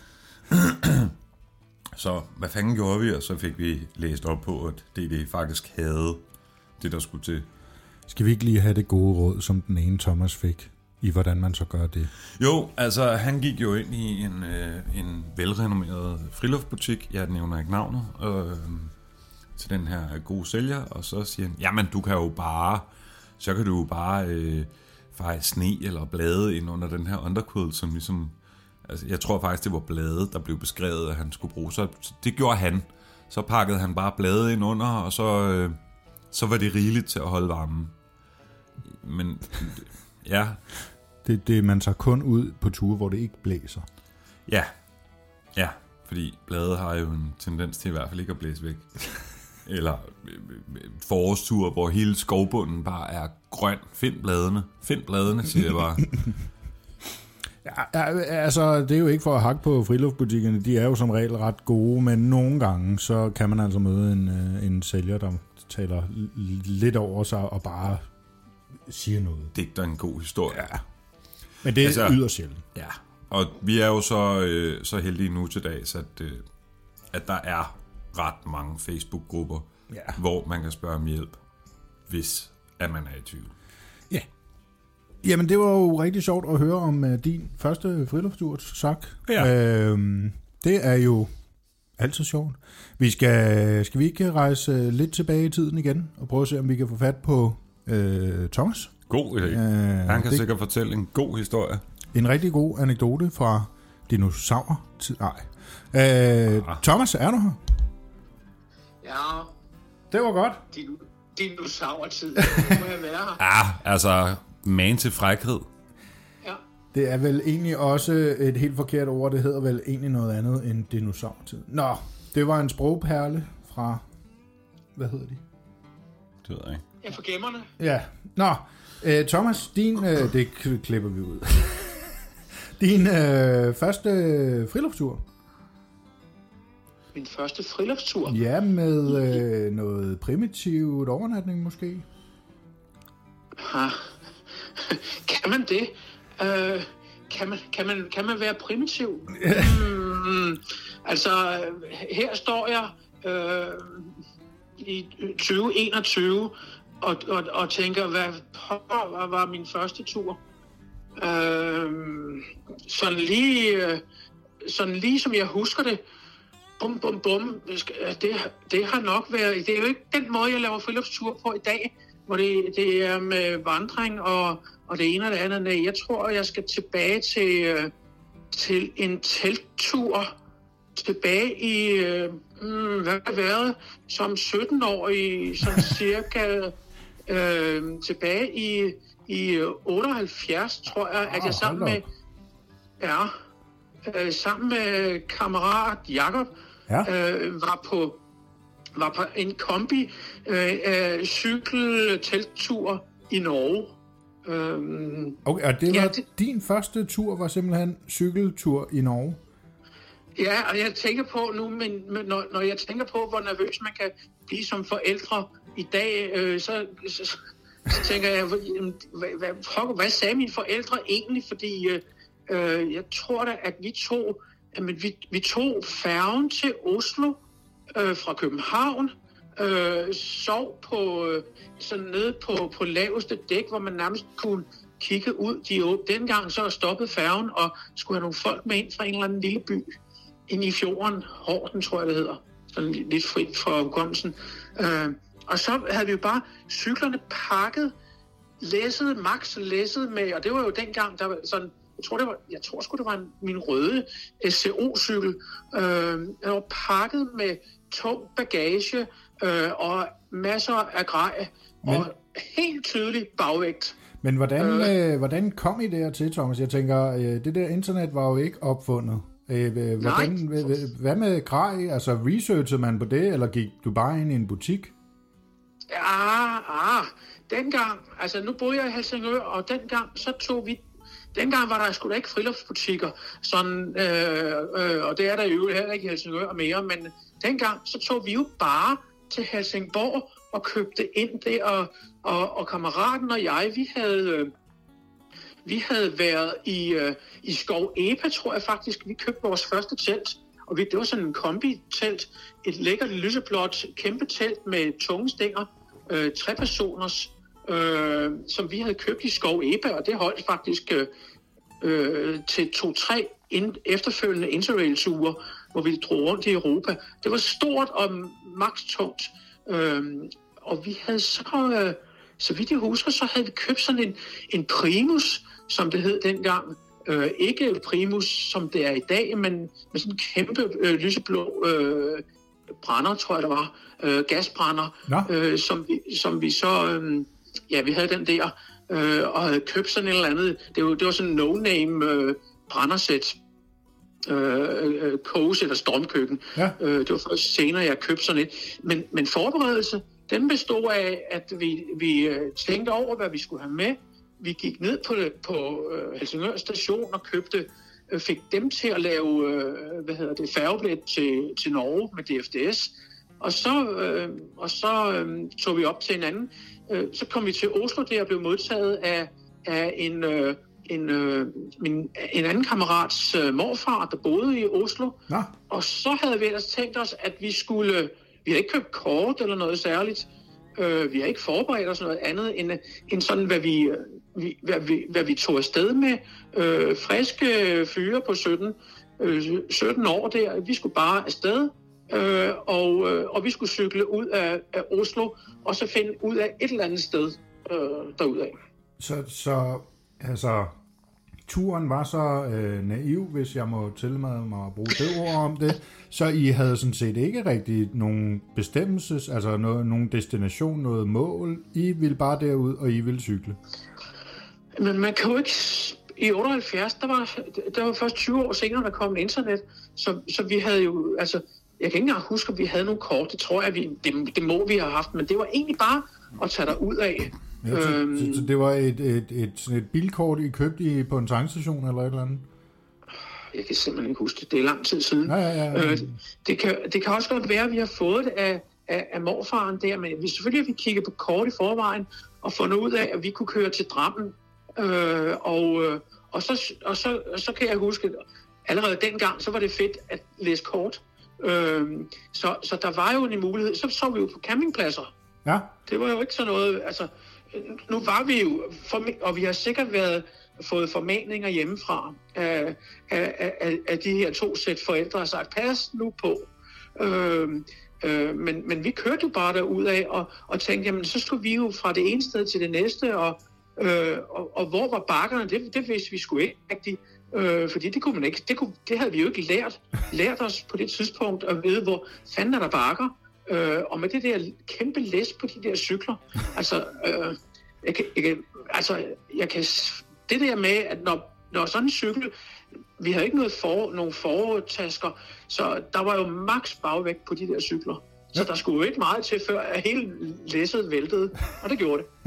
Så hvad fanden gjorde vi? Og så fik vi læst op på, at DD faktisk havde det, der skulle til. Skal vi ikke lige have det gode råd, som den ene Thomas fik, i hvordan man så gør det? Jo, altså han gik jo ind i en velrenommeret friluftsbutik, jeg nævner ikke navnet, til den her gode sælger, og så siger han, jamen du kan jo bare, feje sne eller blade ind under den her underquilt, som ligesom, altså jeg tror faktisk, det var blade, der blev beskrevet, at han skulle bruge, så det gjorde han. Så pakkede han bare blade ind under, og så var det rigeligt til at holde varmen. Men ja. Man tager kun ud på ture, hvor det ikke blæser. Ja, fordi blade har jo en tendens til i hvert fald ikke at blæse væk. Eller forårstur, hvor hele skovbunden bare er grøn. Find bladene, siger jeg bare. Ja, altså, det er jo ikke for at hakke på friluftsbutikkerne. De er jo som regel ret gode, men nogle gange, så kan man altså møde en sælger, der taler lidt over sig og bare siger noget. Digter en god historie. Ja. Men det er altså, yderst sjældent. Ja, og vi er jo så heldige nu til dags, at der er ret mange Facebook-grupper, hvor man kan spørge om hjælp, hvis at man er i tvivl. Ja. Jamen, det var jo rigtig sjovt at høre om din første friluftstur, Zach. Ja. Det er jo altid sjovt. Skal vi ikke rejse lidt tilbage i tiden igen, og prøve at se, om vi kan få fat på Thomas? God idé. Han kan sikkert fortælle en god historie. En rigtig god anekdote fra dinosaur-tid. Thomas, er du her? Ja, Det var godt. dinosaur-tid. Må jeg være her? Altså, man til frækhed. Ja. Det er vel egentlig også et helt forkert ord. Det hedder vel egentlig noget andet end dinosaur-tid. Nå, det var en sprogperle fra... Hvad hedder de? Det ved jeg ikke. Ja, for gemmerne. Ja. Nå, Thomas, din... det klipper vi ud. Din første friluftstur. Min første friluftstur. Ja, med noget primitivt overnatning måske. Ha. Kan man det? Kan man være primitiv? Altså, her står jeg i 2021 og tænker, hvad var min første tur? Sådan lige som jeg husker det, bum, bum, bum, det har nok været, det er jo ikke den måde, jeg laver friluftstur på i dag, hvor det er med vandring og det ene og det andet. Nej, jeg tror, jeg skal tilbage til en telttur, tilbage i, hvad har det været, som 17-årig, sådan cirka, tilbage i 78, tror jeg, at jeg sammen med kammerat Jakob var på en kombi cykeltelttur i Norge. Okay, og det var din første tur, var simpelthen cykeltur i Norge? Ja, og jeg tænker på nu, men når jeg tænker på, hvor nervøs man kan blive som forældre i dag, så tænker jeg, hvad sagde mine forældre egentlig? Fordi jeg tror da, at vi tog færgen til Oslo fra København, sov på sådan nede på laveste dæk, hvor man nærmest kunne kigge ud. Dengang så stoppede færgen og skulle have nogle folk med ind fra en eller anden lille by ind i fjorden, Horten tror jeg det hedder, sådan lidt frit fra hukommelsen. Og så havde vi jo bare cyklerne pakket, max læsset med, og det var jo dengang, der var sådan, jeg tror sgu det var min røde SCO-cykel. Jeg var pakket med tung bagage og masser af grej og helt tydelig bagvægt. Men hvordan kom I dertil, Thomas? Jeg tænker, det der internet var jo ikke opfundet. Hvad med grej? Altså researchede man på det, eller gik du bare ind i en butik? Dengang, altså nu boede jeg i Helsingør, og dengang var der sgu da ikke friluftsbutikker, sådan, og det er der jo heller ikke i Helsingør mere, men dengang så tog vi jo bare til Helsingborg og købte ind der, og kammeraten og jeg, vi havde været i Skov Epa, tror jeg faktisk. Vi købte vores første telt, og det var sådan en kombi-telt. Et lækkert lyseblåt kæmpe telt med tunge stænger, 3 personers, som vi havde købt i Skov Epa, og det holdt faktisk til 2-3 efterfølgende interrail-ture, hvor vi drog rundt i Europa. Det var stort og maks tungt, og vi havde så vidt jeg husker, så havde vi købt sådan en Primus, som det hed dengang. Ikke Primus, som det er i dag, men med sådan en kæmpe lyseblå brænder, tror jeg det var. Gasbrænder, som vi så... vi havde den der, og havde købt sådan et eller andet. Det var sådan en no-name brændersæt. Kogesæt og stormkøkken. Ja. Det var først senere, jeg købte sådan et. Men forberedelse, den bestod af, at vi tænkte over, hvad vi skulle have med. Vi gik ned på Helsingør station og fik dem til at lave færgebillet til Norge med DFDS. Og så tog vi op til en anden. Så kom vi til Oslo, der og blev modtaget af en anden kammerats morfar, der boede i Oslo. Ja. Og så havde vi ellers tænkt os, at vi havde ikke købt kort eller noget særligt. Vi har ikke forberedt os noget andet end sådan, hvad vi tog afsted med. Friske fyre på 17 år der. Vi skulle bare afsted, og vi skulle cykle ud af Oslo, og så finde ud af et eller andet sted derudaf. Så altså, turen var så naiv, hvis jeg må tillade mig at bruge det ord om det, så I havde sådan set ikke rigtig nogen bestemmelses, altså nogen destination, noget mål. I ville bare derud, og I ville cykle. Men man kan jo ikke... I 78, der var først 20 år senere, der kom internet, så vi havde jo... Altså, jeg kan ikke engang huske, at vi havde nogle kort. Det tror jeg, det må vi have haft, men det var egentlig bare at tage dig ud af. Ja, så det var et bilkort, I købte på en tankstation eller et eller andet? Jeg kan simpelthen ikke huske det. Det er lang tid siden. Ja. Det kan også godt være, at vi har fået det af morfaren der, men vi selvfølgelig har vi kigget på kort i forvejen og fundet ud af, at vi kunne køre til Drammen. Og så kan jeg huske, at allerede dengang, så var det fedt at læse kort. Så der var jo en mulighed. Så vi jo på campingpladser. Ja. Det var jo ikke sådan noget, altså, nu var vi jo, og vi har sikkert fået formaninger hjemmefra af de her 2 sæt forældre, har sagt, pas nu på. Men vi kørte jo bare derudad og tænkte, jamen så skulle vi jo fra det ene sted til det næste, og hvor var bakkerne, det vidste vi sgu ikke rigtigt. Fordi det kunne man ikke, det havde vi jo ikke lært os på det tidspunkt at vide, hvor fanden er der bakker. Og med det der kæmpe læs på de der cykler, altså, jeg kan det der med, at når sådan en cykel, vi havde ikke nogen fortasker, så der var jo maks bagvægt på de der cykler. Så der skulle jo ikke meget til, før at hele læsset væltede, og det gjorde det.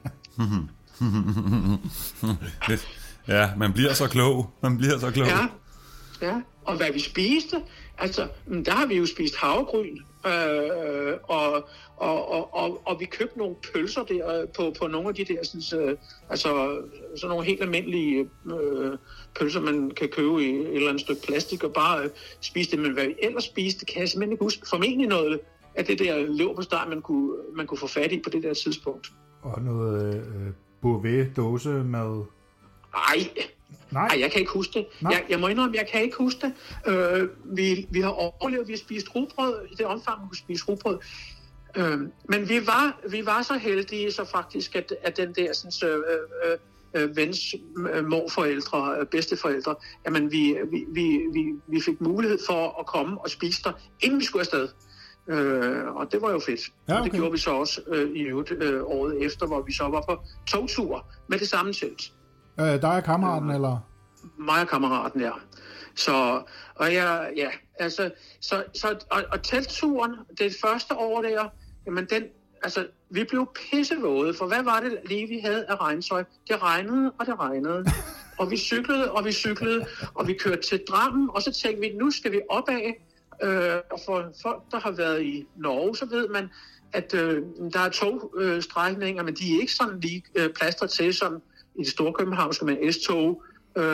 Ja, man bliver så klog. Ja, og hvad vi spiste, altså, der har vi jo spist havregryn, og vi købte nogle pølser der på nogle af de der, sådan nogle helt almindelige pølser, man kan købe i et eller andet stykke plastik, og bare spise det. Men hvad vi ellers spiste, kan jeg simpelthen ikke huske. Formentlig noget af det der leverpostej, man kunne få fat i på det der tidspunkt. Og noget Beauvais-dåsemad. Nej, jeg kan ikke huske det. Jeg må indrømme, jeg kan ikke huske det. Vi har overlevet, vi har spist rugbrød i det omfang, man kunne spise rugbrød. Men vi var så heldige, så faktisk, at den der vens morforældre, bedsteforældre, jamen vi fik mulighed for at komme og spise der, inden vi skulle afsted. Og det var jo fedt. Ja, okay. Det gjorde vi så også året efter, hvor vi så var på togtur med det samme telt. Der er kammeraten, eller? Mig og kammeraten, ja. Og teltturen, det første år der, jamen vi blev pissevåde, for hvad var det lige, vi havde af regntøj? Det regnede, og det regnede. Og vi cyklede, og vi kørte til Drammen, og så tænkte vi, nu skal vi opad. Og for folk, der har været i Norge, så ved man, at der er togstrækninger, men de er ikke sådan lige plastret til, som i det store københavnske med S-tog.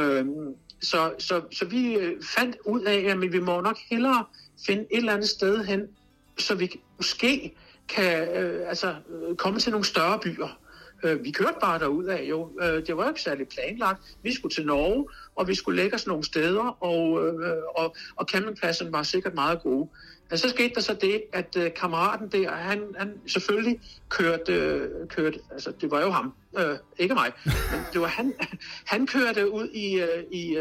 Så vi fandt ud af, at vi må nok hellere finde et eller andet sted hen, så vi måske kan komme til nogle større byer. Vi kørte bare derudad jo. Det var jo ikke særlig planlagt. Vi skulle til Norge, og vi skulle lægge os nogle steder, og campingpladsen var sikkert meget gode. Men så skete der så det, at kammeraten der, han selvfølgelig kørte, altså det var jo ham, ikke mig, men det var han kørte ud i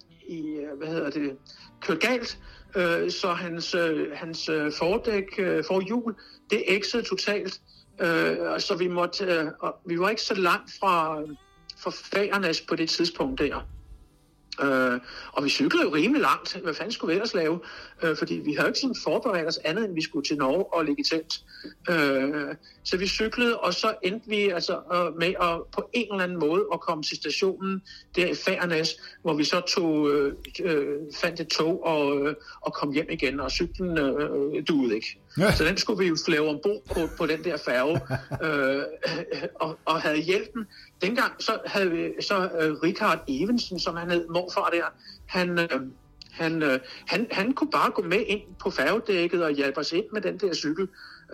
kørte galt, så hans fordæk, forhjul, det eksede totalt. Så vi var ikke så langt fra Fagernes på det tidspunkt der. Og vi cyklede jo rimelig langt. Hvad fanden skulle vi ellers lave? Fordi vi havde ikke sådan forberedt os andet, end vi skulle til Norge og ligge i telt. Så vi cyklede, og så endte vi med at på en eller anden måde at komme til stationen der i Fagernes, hvor vi så fandt et tog og kom hjem igen, og cyklen duede ikke. Ja. Så den skulle vi jo lave ombord på den der færge, og havde hjælpen. Dengang så havde vi Richard Evensen, som han hed, morfar der, han kunne bare gå med ind på færgedækket og hjælpe os ind med den der cykel.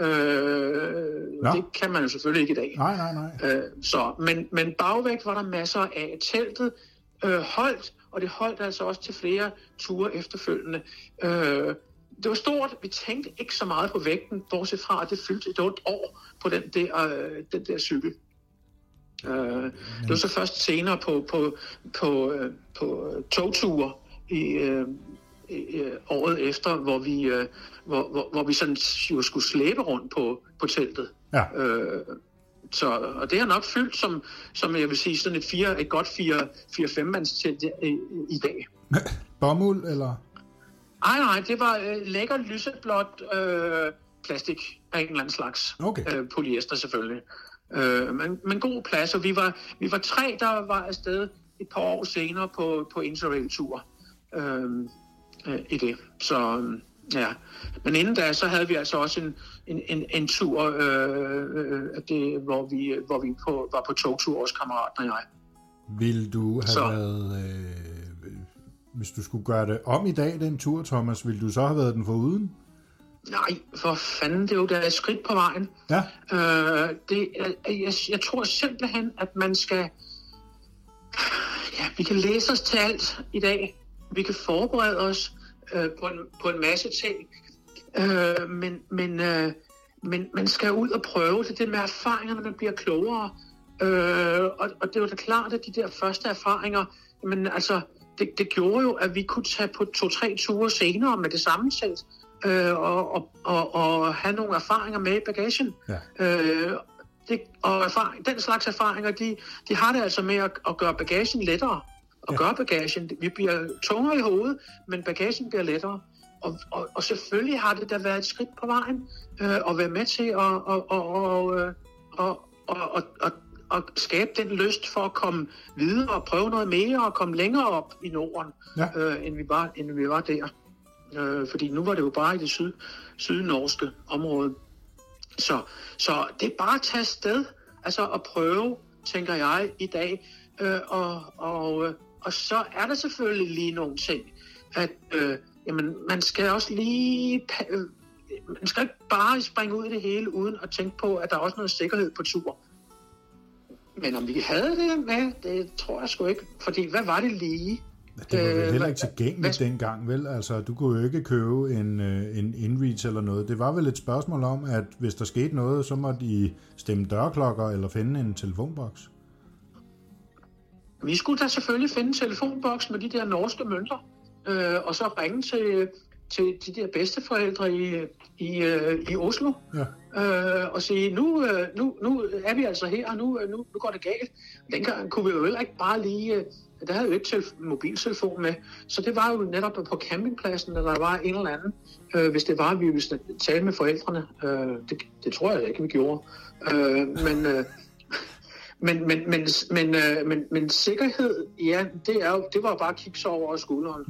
Det kan man jo selvfølgelig ikke i dag. Nej. Men bagvæk var der masser af. Teltet holdt, og det holdt altså også til flere ture efterfølgende. Det var stort. Vi tænkte ikke så meget på vægten, bortset fra, at det fyldte et ondt år på den der cykel. Det var så først senere på togture i året efter, hvor vi sådan jo skulle slæbe rundt på teltet. Ja. Og det har nok fyldt som jeg vil sige sådan et godt 4-5 mands telt i dag. Bomuld, eller? Nej, det var lækker lyseblåt plastik af en eller anden slags. Okay. Polyester selvfølgelig. Men god plads, og vi var 3, der var afsted et par år senere på Interrail-tur i det. Så ja. Men inden da, så havde vi altså også en tur, hvor vi var på togtur, vores kammerater og jeg. Vil du have været... hvis du skulle gøre det om i dag, den tur, Thomas, ville du så have været den foruden? Nej, for fanden, det er jo da et skridt på vejen. Ja. Jeg tror simpelthen, at man skal... Ja, vi kan læse os til alt i dag. Vi kan forberede os på en masse ting. Men man skal ud og prøve det med erfaringerne, man bliver klogere. Og det er jo da klart, at de der første erfaringer, men altså, det gjorde jo, at vi kunne tage på 2-3 ture senere med det samme sæt, og have nogle erfaringer med i bagagen. Ja. Den slags erfaringer, de har det altså med at gøre bagagen lettere. Og gøre bagagen, vi bliver tungere i hovedet, men bagagen bliver lettere. Og selvfølgelig har det da været et skridt på vejen, at være med til at skabe den lyst for at komme videre og prøve noget mere og komme længere op i Norden, end vi var der. Fordi nu var det jo bare i det sydnorske område. Så det er bare at tage afsted, altså at prøve, tænker jeg, i dag. Og så er der selvfølgelig lige nogle ting, at jamen, man skal også lige... Man skal ikke bare springe ud i det hele, uden at tænke på, at der er også noget sikkerhed på tur. Men om vi havde det med, det tror jeg sgu ikke. Fordi hvad var det lige? Det var vel heller ikke tilgængeligt dengang, vel? Altså, du kunne jo ikke købe en InReach eller noget. Det var vel et spørgsmål om, at hvis der skete noget, så måtte I stemme dørklokker eller finde en telefonboks. Vi skulle da selvfølgelig finde en telefonboks med de der norske mønter, og så ringe til de der bedsteforældre i Oslo, og sige, nu er vi altså her, og nu går det galt. Dengang kunne vi jo heller ikke bare lige... Der havde jo ikke mobiltelefon med, så det var jo netop på campingpladsen, at der var en eller anden, hvis det var, at vi ville tale med forældrene. Det tror jeg ikke, vi gjorde. Men sikkerhed, ja, det var jo bare at kigge sig over skulderen.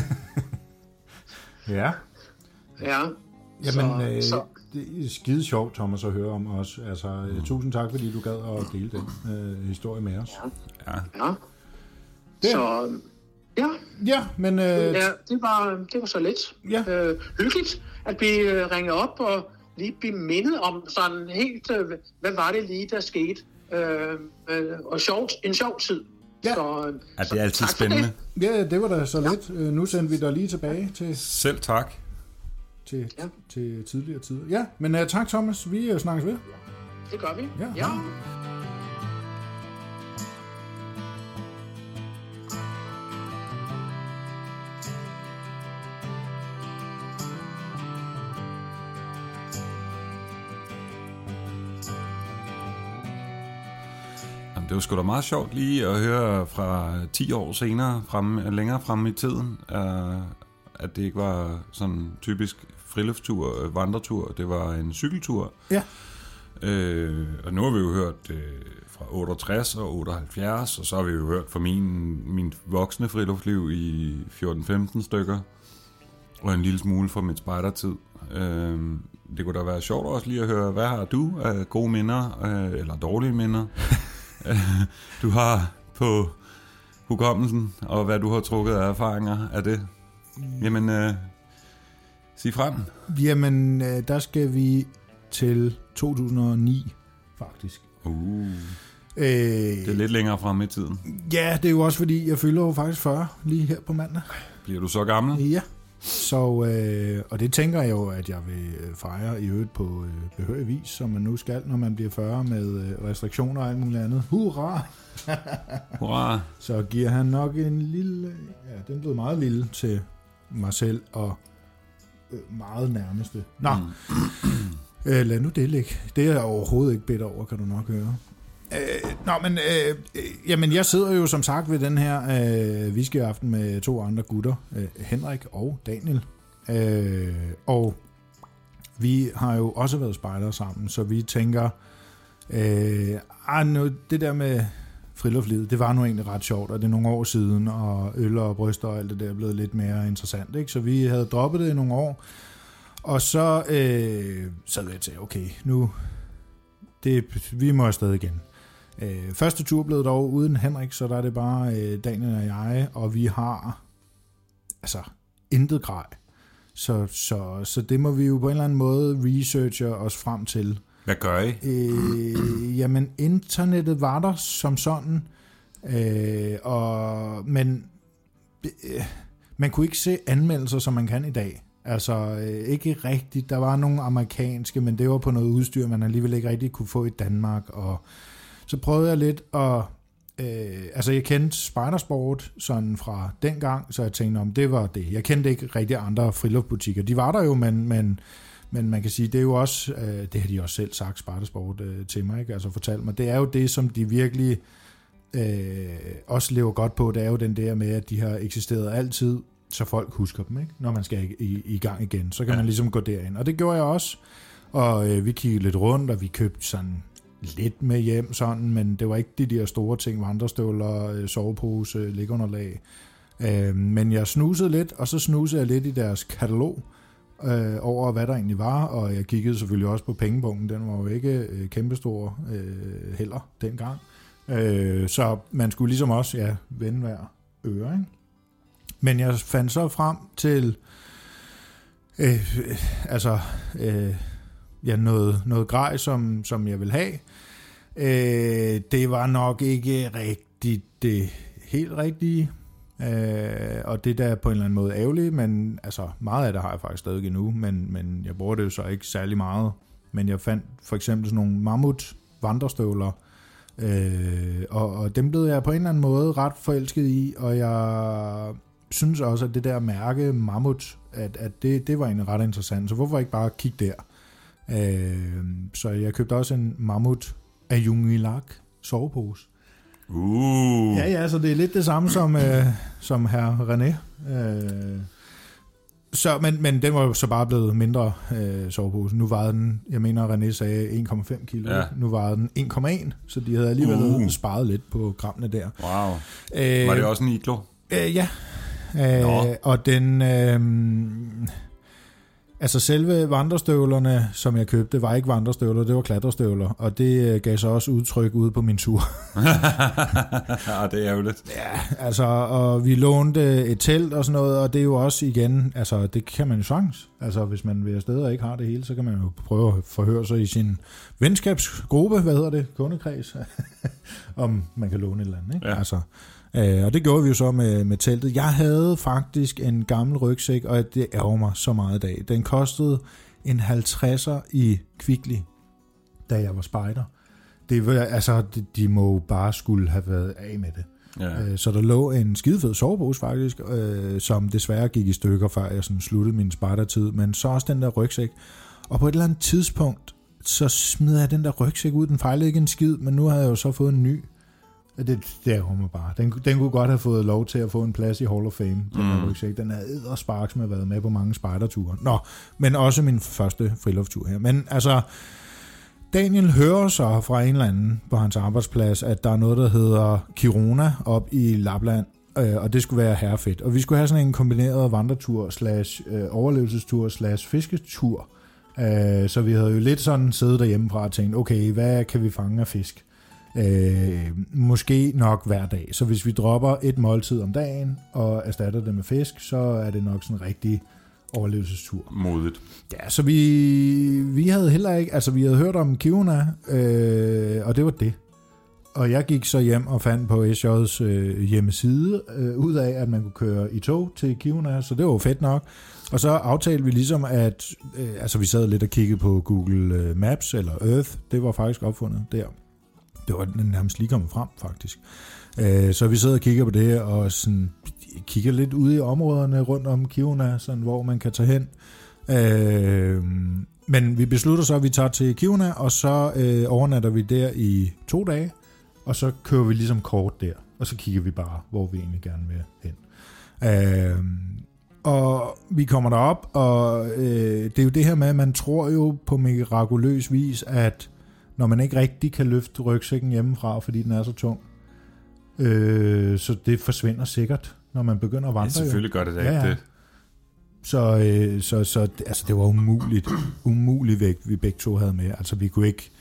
Ja. Ja. Jamen, det er skide sjovt, Thomas, at høre om os. Altså, tusind tak, fordi du gad at dele den historie med os. Ja. Så, ja. Ja, men... det var så lidt. Ja. Hyggeligt, at vi ringede op og lige blive mindet om sådan helt, hvad var det lige, der skete. Og en sjov tid. Ja. Så det er altid spændende. Det. Ja, det var da så lidt. Nu sender vi dig lige tilbage til... Selv tak. Til tidligere tider. Ja, men tak, Thomas. Vi snakkes ved. Det gør vi. Ja. Det var sgu da meget sjovt lige at høre fra 10 år senere, længere fremme i tiden, at det ikke var sådan typisk friluftstur, vandretur, det var en cykeltur. Ja. Og nu har vi jo hørt fra 68 og 78, og så har vi jo hørt fra min voksne friluftsliv i 14-15 stykker, og en lille smule fra mit spejdertid. Det kunne da være sjovt også lige at høre, hvad har du af gode minder, eller dårlige minder, du har på hukommelsen, og hvad du har trukket af erfaringer af det. Jamen, sig frem. Jamen, der skal vi til 2009, faktisk. Det er lidt længere frem i tiden. Ja, det er jo også fordi, jeg fylder jo faktisk 40 lige her på mandag. Bliver du så gammel? Ja. Så, og det tænker jeg jo, at jeg vil fejre i øvrigt på behørig vis, som man nu skal, når man bliver 40 med restriktioner og alt muligt andet. Hurra! Hurra! Så giver han nok en lille... Ja, den blev meget lille til mig selv og meget nærmeste. Nå, lad nu det ligge. Det er jeg overhovedet ikke bedt over, kan du nok høre. Jamen, jeg sidder jo som sagt ved den her whiskyaften med 2 andre gutter, Henrik og Daniel. Og vi har jo også været spejdere sammen, så vi tænker, det der med friluftslivet, det var nu egentlig ret sjovt, og det er nogle år siden, og øl og bryster og alt det der er blevet lidt mere interessant, ikke? Så vi havde droppet det i nogle år, og så sad jeg til, okay, nu, vi må afsted igen. Første tur blev dog uden Henrik, så der er det bare Daniel og jeg, og vi har altså intet grej. Så det må vi jo på en eller anden måde researche os frem til. Hvad gør I? Jamen, internettet var der som sådan, men man kunne ikke se anmeldelser, som man kan i dag. Altså, ikke rigtigt. Der var nogle amerikanske, men det var på noget udstyr, man alligevel ikke rigtig kunne få i Danmark. Og så prøvede jeg lidt at... jeg kendte Spejdersport sådan fra dengang, så jeg tænkte, om det var det. Jeg kendte ikke rigtig andre friluftsbutikker. De var der jo, men man kan sige, det er jo også... det har de også selv sagt, Spejdersport, til mig, ikke? Altså fortalt mig. Det er jo det, som de virkelig også lever godt på. Det er jo den der med, at de har eksisteret altid, så folk husker dem, ikke? Når man skal i gang igen. Så kan man ligesom gå derind. Og det gjorde jeg også. Og vi kiggede lidt rundt, og vi købte sådan lidt med hjem, sådan, men det var ikke de der store ting, vandrestøvler, sovepose, ligunderlag. Men jeg snusede lidt, og så snusede jeg lidt i deres katalog over, hvad der egentlig var, og jeg kiggede selvfølgelig også på pengepunkten. Den var jo ikke kæmpestor heller dengang. Så man skulle ligesom også vende hver øre, ikke? Men jeg fandt så frem til noget grej, som jeg vil have. Det var nok ikke rigtigt det helt rigtige, og det der er på en eller anden måde ærgerligt, men altså meget af det har jeg faktisk stadig endnu, men jeg bruger det jo så ikke særlig meget. Men jeg fandt for eksempel sådan nogle mammut vandrestøvler, og dem blev jeg på en eller anden måde ret forelsket i, og jeg synes også, at det der mærke mammut, at det var egentlig ret interessant, så hvorfor ikke bare kigge der? Så jeg købte også en mammut af Jungilac sovepose. Ja, så det er lidt det samme som herr René. Men den var jo så bare blevet mindre sovepose. Nu vejede den, jeg mener René sagde 1,5 kilo. Ja. Nu vejede den 1,1, så de havde alligevel sparet lidt på grammene der. Wow. Var det også en iglo? Ja. Og den... selve vandrestøvlerne, som jeg købte, var ikke vandrestøvler, det var klatrestøvler, og det gav så også udtryk ude på min tur. Ja, det er jo lidt. Ja, og vi lånte et telt og sådan noget, og det er jo også igen, det kan man jo sagtens. hvis man vil afsted og ikke har det hele, så kan man jo prøve at forhøre sig i sin venskabsgruppe, kundekreds, om man kan låne et eller andet, ikke? Ja. Og det gjorde vi jo så med teltet. Jeg havde faktisk en gammel rygsæk, og det ærger mig så meget i dag. Den kostede en 50'er i Kvickly, da jeg var spejder. De må bare skulle have været af med det. Ja. Så der lå en skidefed sovepose faktisk, som desværre gik i stykker, før jeg sådan sluttede min spejdertid. Men så også den der rygsæk. Og på et eller andet tidspunkt, så smed jeg den der rygsæk ud. Den fejlede ikke en skid, men nu havde jeg jo så fået en ny. Det ærger mig bare. Den kunne godt have fået lov til at få en plads i Hall of Fame. Den er eddersparks med at have været med på mange spejderture. Men også min første friluftstur her. Men Daniel hører så fra en eller anden på hans arbejdsplads, at der er noget, der hedder Kiruna op i Lapland, og det skulle være herrefedt. Og vi skulle have sådan en kombineret vandretur / overlevelsestur / fisketur. Så vi havde jo lidt sådan siddet derhjemmefra og tænkt, okay, hvad kan vi fange af fisk? Måske nok hver dag. Så hvis vi dropper et måltid om dagen og erstatter det med fisk, så er det nok sådan en rigtig overlevelsestur. Modigt. Ja, så vi havde heller ikke, vi havde hørt om Kiruna, og det var det. Og jeg gik så hjem og fandt på SJ's hjemmeside ud af, at man kunne køre i tog til Kiruna, så det var jo fedt nok. Og så aftalte vi ligesom, at vi sad lidt og kiggede på Google Maps, eller Earth, det var faktisk opfundet der. Det var nærmest lige kommet frem, faktisk. Så vi sidder og kigger på det, og sådan, kigger lidt ude i områderne rundt om Kiruna, sådan, hvor man kan tage hen. Men vi beslutter så, at vi tager til Kiruna, og så overnatter vi der i 2 dage, og så kører vi ligesom kort der, og så kigger vi bare, hvor vi egentlig gerne vil hen. Og vi kommer derop, og det er jo det her med, at man tror jo på mirakuløs vis, at når man ikke rigtig kan løfte rygsækken hjemmefra, fordi den er så tung, så det forsvinder sikkert, når man begynder at vandre. Ja, selvfølgelig gør det da ikke det. Så altså, det var umulig vægt, vi begge to havde med. Altså, vi kunne ikke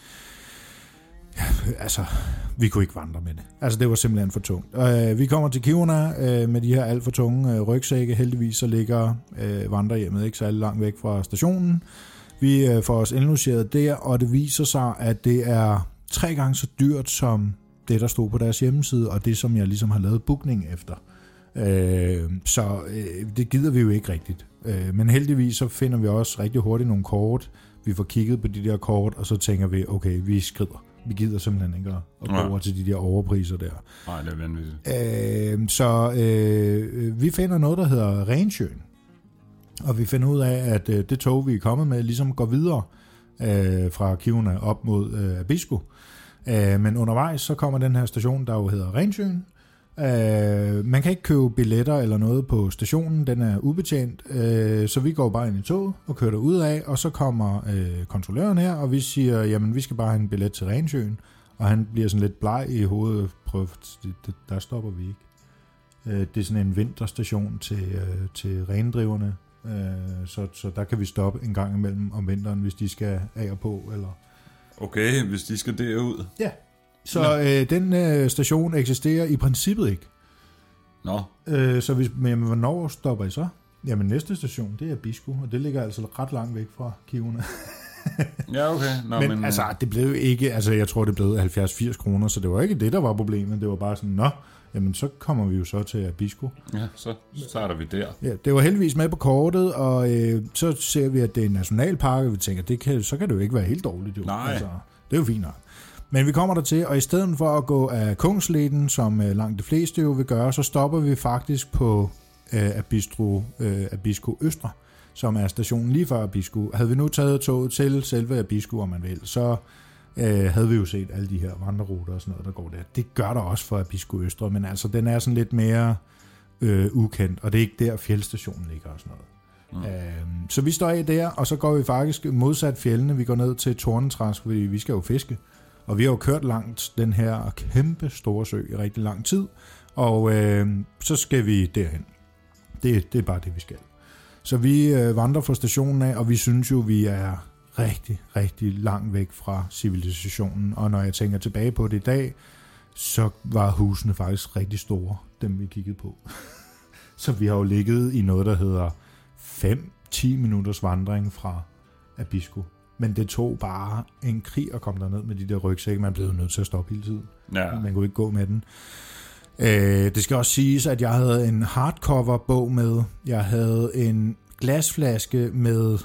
vandre med det. Altså, det var simpelthen for tungt. Vi kommer til Kiruna med de her alt for tunge rygsække. Heldigvis så ligger vandrehjemmet ikke særlig langt væk fra stationen. Vi får os indlogeret der, og det viser sig, at det er 3 gange så dyrt som det, der stod på deres hjemmeside, og det, som jeg ligesom har lavet bookning efter. Så det gider vi jo ikke rigtigt. Men heldigvis så finder vi også rigtig hurtigt nogle kort. Vi får kigget på de der kort, og så tænker vi, okay, vi skrider. Vi gider simpelthen ikke at gå over til de der overpriser der. Nej, det er vanvittigt. Så vi finder noget, der hedder Rensjøen. Og vi finder ud af, at det tog, vi er kommet med, ligesom går videre fra Kiruna op mod Abisko. Men undervejs så kommer den her station, der jo hedder Rensjøen. Man kan ikke købe billetter eller noget på stationen, den er ubetjent, så vi går bare ind i toget og kører derud af, og så kommer kontrolløren her, og vi siger, jamen vi skal bare have en billet til Rensjøen, og han bliver sådan lidt bleg i hovedet, der stopper vi ikke. Det er sådan en vinterstation til rendriverne, så der kan vi stoppe en gang imellem om vinteren, hvis de skal af og på, eller... Okay, hvis de skal derud. Ja. Så den station eksisterer i princippet ikke. Nå. Så hvornår stopper I så? Jamen næste station, det er Abisko, og det ligger altså ret langt væk fra Kiruna. Ja, okay. Nå, men altså, det blev ikke, altså jeg tror, det blev 70-80 kroner, så det var ikke det, der var problemet. Det var bare sådan, jamen så kommer vi jo så til Abisko. Ja, så starter vi der. Ja, det var heldigvis med på kortet, og så ser vi, at det er en nationalpark, og vi tænker, så kan det jo ikke være helt dårligt. Jo. Nej. Altså, det er jo fint nok. Men vi kommer der til, og i stedet for at gå af Kungsleden, som langt de fleste jo vil gøre, så stopper vi faktisk på Abisko Østre, som er stationen lige før Abisko. Havde vi nu taget toget til selve Abisko, om man vil, så havde vi jo set alle de her vandreruter og sådan noget, der går der. Det gør der også for Abisko Østre, men altså den er sådan lidt mere ukendt, og det er ikke der fjeldstationen ligger og sådan noget. Så vi står af der, og så går vi faktisk modsat fjellene. Vi går ned til Tornetræsk, fordi vi skal jo fiske. Og vi har jo kørt langt den her kæmpe store sø i rigtig lang tid, og så skal vi derhen. Det er bare det, vi skal. Så vi vandrer fra stationen af, og vi synes jo, vi er rigtig, rigtig langt væk fra civilisationen. Og når jeg tænker tilbage på det i dag, så var husene faktisk rigtig store, dem vi kiggede på. Så vi har jo ligget i noget, der hedder 5-10 minutters vandring fra Abisko. Men det tog bare en krig at komme derned med de der rygsække. Man blev nødt til at stoppe hele tiden. Ja. Man kunne ikke gå med den. Det skal også siges, at jeg havde en hardcover-bog med. Jeg havde en glasflaske med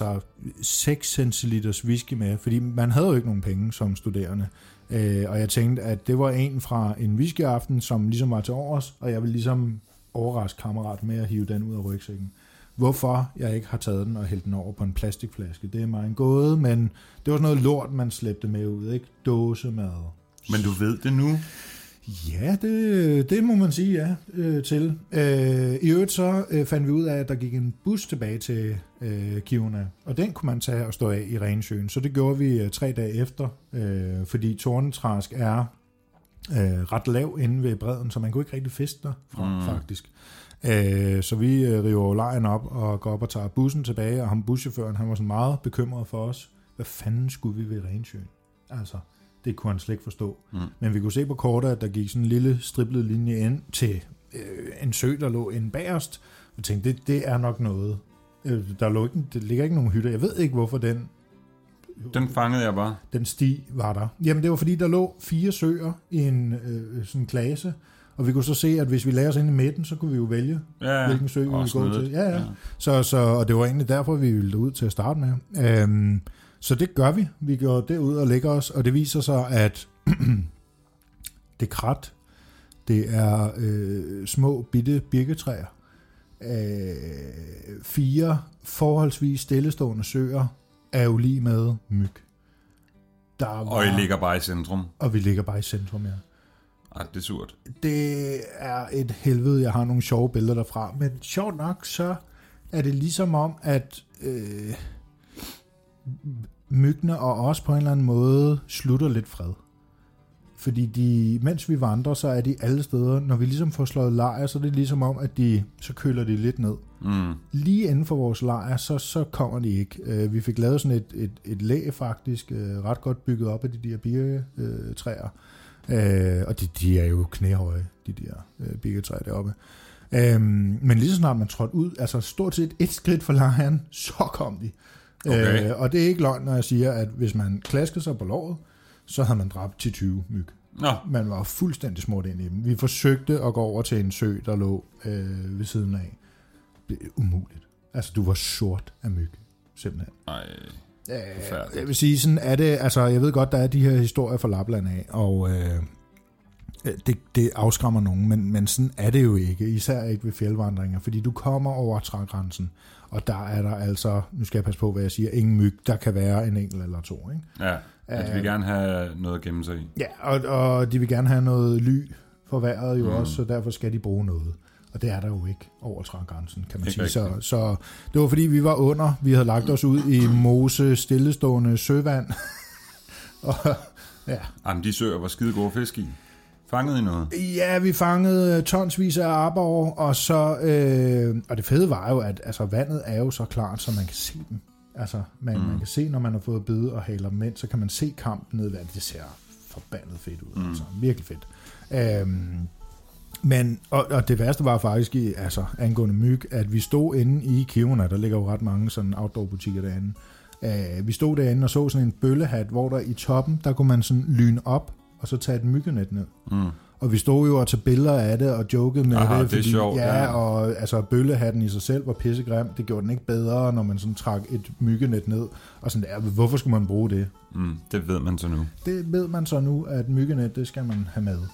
6 centiliters whisky med, fordi man havde jo ikke nogen penge som studerende. Og jeg tænkte, at det var en fra en whiskyaften, som ligesom var til overs, og jeg ville ligesom overraske kammerat med at hive den ud af rygsækken. Hvorfor jeg ikke har taget den og hældt den over på en plastikflaske, det er mig en gåde, men det var sådan noget lort, man slæbte med ud, ikke? Dåsemad. Men du ved det nu? Ja, det må man sige ja til. I øvrigt så fandt vi ud af, at der gik en bus tilbage til Kiruna, og den kunne man tage og stå af i Rensjøen. Så det gjorde vi 3 dage efter, fordi Tornetræsk er ret lav inde ved bredden, så man kunne ikke rigtig fiske derfra, faktisk. Så vi river lejen op og går op og tager bussen tilbage, og ham buschaufføren, han var sådan meget bekymret for os. Hvad fanden skulle vi ved Rensjøen? Altså, det kunne han slet ikke forstå. Men vi kunne se på kortet, at der gik sådan en lille striblet linje ind til en sø, der lå inde bagerst. Og tænkte, det er nok noget. Der ligger ikke nogen hytter. Jeg ved ikke, hvorfor den Den fangede jeg bare. Den sti var der. Jamen, det var fordi, der lå 4 søer i en sådan klase, og vi kunne så se, at hvis vi lagde os ind i midten, så kunne vi jo vælge, hvilken sø vi ville gå til. Ja. Så, og det var egentlig derfor, vi ville ud til at starte med. Så det gør vi. Vi går derud og lægger os, og det viser sig, at det krat, det er små, bitte birketræer. 4 forholdsvis stillestående søer er jo lige med myg. Og I ligger bare i centrum. Og vi ligger bare i centrum, ja. Ej, det er surt. Det er et helvede, jeg har nogle sjove billeder derfra. Men sjovt nok, så er det ligesom om, at myggene og os på en eller anden måde slutter lidt fred. Fordi mens vi vandrer, så er de alle steder. Når vi ligesom får slået lejr, så er det ligesom om, at så køler de lidt ned. Lige inden for vores lejr, så kommer de ikke. Vi fik lavet sådan et læ faktisk, ret godt bygget op af de der birketræer. Og de er jo knæhøje, de der birketræer deroppe. Men lige så snart man trådte ud, altså stort set 1 skridt fra lejren, så kom de. Okay. Og det er ikke løgn, når jeg siger, at hvis man klaskede sig på låret, så havde man dræbt 10-20 myg. Nå. Man var fuldstændig smurt ind i dem. Vi forsøgte at gå over til en sø, der lå ved siden af. Det er umuligt. Altså, du var sort af myg, simpelthen. Nej. Jeg vil sige, sådan er det, altså, jeg ved godt, der er de her historier fra Lapland af, og det afskræmmer nogen, men sådan er det jo ikke, især ikke ved fjeldvandringer, fordi du kommer over trægrænsen, og der er der altså, nu skal jeg passe på, hvad jeg siger, ingen myg, der kan være en enkelt eller 2, ikke? Ja, de vil gerne have noget at gemme sig i. Ja, og de vil gerne have noget ly for vejret jo også, så derfor skal de bruge noget. Og det er der jo ikke over trægrænsen, kan man sige. Så det var fordi, vi var under, vi havde lagt os ud i mose, stillestående søvand. Og, ja. Jamen, de søer var skide gode fisk i. Fangede I noget? Ja, vi fangede tonsvis af arbor, og så og det fede var jo, at altså, vandet er jo så klart, så man kan se dem. Altså, man kan se, når man har fået bide og haler dem ind, så kan man se kampen ned i vandet. Det ser forbandet fedt ud, altså virkelig fedt. Men, og det værste var faktisk altså, angående myg, at vi stod inde i Kiruna, der ligger jo ret mange sådan outdoor-butikker derinde. Vi stod derinde og så sådan en bøllehat, hvor der i toppen, der kunne man sådan lyne op, og så tage et myggenet ned. Og vi stod jo og tog billeder af det, og jokede med det. Fordi, det er sjovt. Ja, og altså, bøllehatten i sig selv var pissegrim. Det gjorde den ikke bedre, når man sådan trak et myggenet ned. Og sådan der, hvorfor skulle man bruge det? Det ved man så nu. Det ved man så nu, at myggenet, det skal man have med.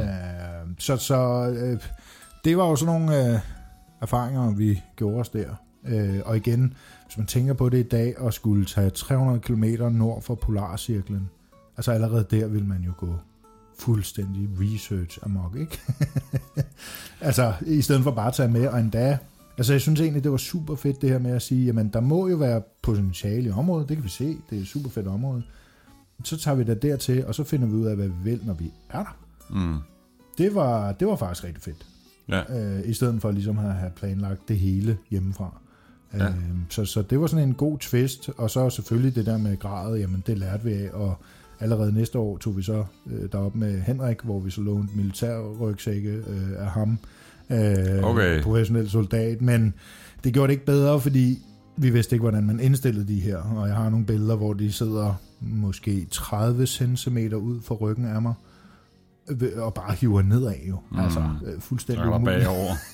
Det var jo sådan nogle erfaringer, vi gjorde os der. Og igen, hvis man tænker på det i dag, og skulle tage 300 km nord for Polarcirklen, altså allerede der vil man jo gå fuldstændig research amok, ikke? Altså, i stedet for bare at tage med, og endda, altså jeg synes egentlig, det var super fedt det her med at sige, jamen der må jo være potentiale i området, det kan vi se, det er et super fedt område. Så tager vi det dertil, og så finder vi ud af, hvad vi vil, når vi er der. Det var faktisk rigtig fedt. Ja. I stedet for ligesom at have planlagt det hele hjemmefra. Ja. Så det var sådan en god twist, og så selvfølgelig det der med gradet, jamen det lærte vi af, og allerede næste år tog vi så derop med Henrik, hvor vi så lånte militærrygsække af ham, professionel soldat, men det gjorde det ikke bedre, fordi vi vidste ikke, hvordan man indstillede de her, og jeg har nogle billeder, hvor de sidder måske 30 cm ud for ryggen af mig, og bare hiver nedad jo, altså fuldstændig umuligt.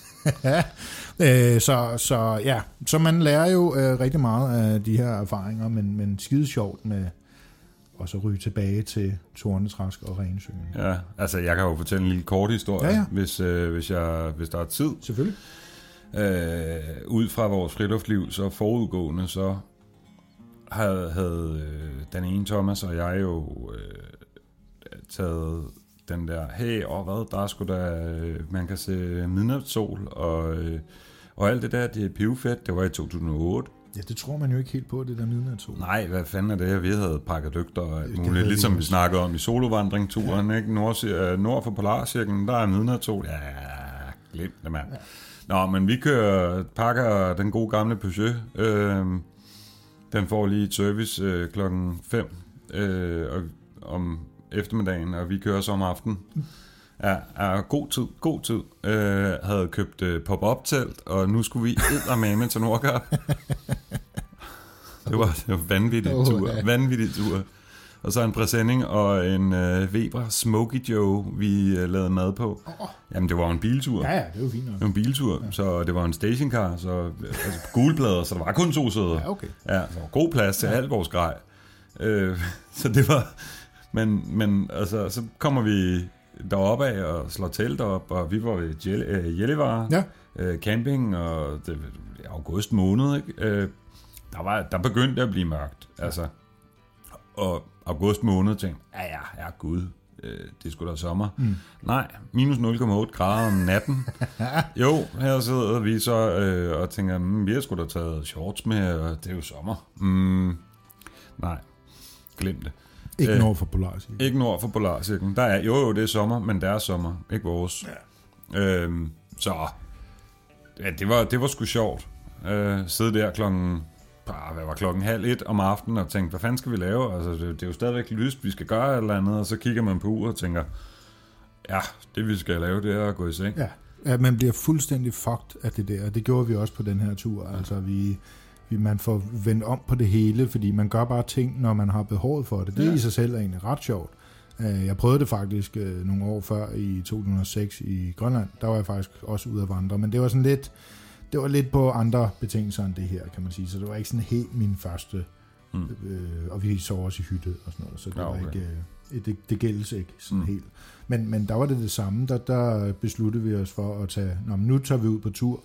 Så man lærer jo rigtig meget af de her erfaringer, men skide sjovt med og så ryge tilbage til Tornetræsk og Rensøen. Ja, altså jeg kan jo fortælle en lille kort historie, hvis der er tid. Selvfølgelig. Ud fra vores friluftsliv, så forudgående, så havde den ene Thomas og jeg jo taget den der, der er sgu da, man kan se midnatssol, og alt det der, det er pivfedt, det var i 2008. Ja, det tror man jo ikke helt på, det der midnatssol. Nej, hvad fanden er det? Vi havde pakket dygter og alt muligt, ligesom vi snakkede om i solovandringturen, ikke? Nord for Polarcirklen, der er midnatssol. Ja, glem det, mand. Ja. Nå, men vi pakker den gode gamle Peugeot. Den får lige et service klokken 5 om eftermiddagen, og vi kører så om aftenen. Ja, god tid. Havde købt pop-up-telt, og nu skulle vi eddermame til Nordkap. Det var vanvittig tur. Vanvittig tur. Og så en præsending og en Weber Smoky Joe, vi lavede mad på. Jamen, det var en biltur. Ja, det var fint nok. Det var en biltur, så det var en stationcar, så altså gule plader, så der var kun 2 sæder. Ja, okay. Ja, der var god plads til alt vores grej. Så det var... Men altså, så kommer vi deroppe af og slår telt op, og vi var ved Gällivare camping, og det august måned, ikke? Der begyndte at blive mørkt, altså. Og august måned tænkte ja, gud, det skulle da sommer. Nej, minus 0,8 grader om natten. Jo, her sidder vi så og tænker, vi har sgu da taget shorts med, og det er jo sommer. Nej, glem det. Ikke nord for Polarcirklen. Ikke nord for Polarcirklen. Der er, jo, det er sommer, men det er sommer, ikke vores. Ja. Så ja, det var sgu sjovt. Sidde der klokken 1:30 om aftenen og tænke, hvad fanden skal vi lave? Altså, det er jo stadigvæk lyst, vi skal gøre et eller andet, og så kigger man på uret og tænker, ja, det vi skal lave, det er at gå i seng. Ja, man bliver fuldstændig fucked af det der. Det gjorde vi også på den her tur. Altså, man får vendt om på det hele, fordi man gør bare ting, når man har behovet for det. Det i sig selv er egentlig ret sjovt. Jeg prøvede det faktisk nogle år før i 2006 i Grønland. Der var jeg faktisk også ude at vandre, men det var sådan lidt... Det var lidt på andre betingelser end det her, kan man sige. Så det var ikke sådan helt min første. Og vi sov også i hytte og sådan noget. Så det var ikke... Det gældes ikke sådan helt. Men der var det samme. Der besluttede vi os for at tage... Nu tager vi ud på tur.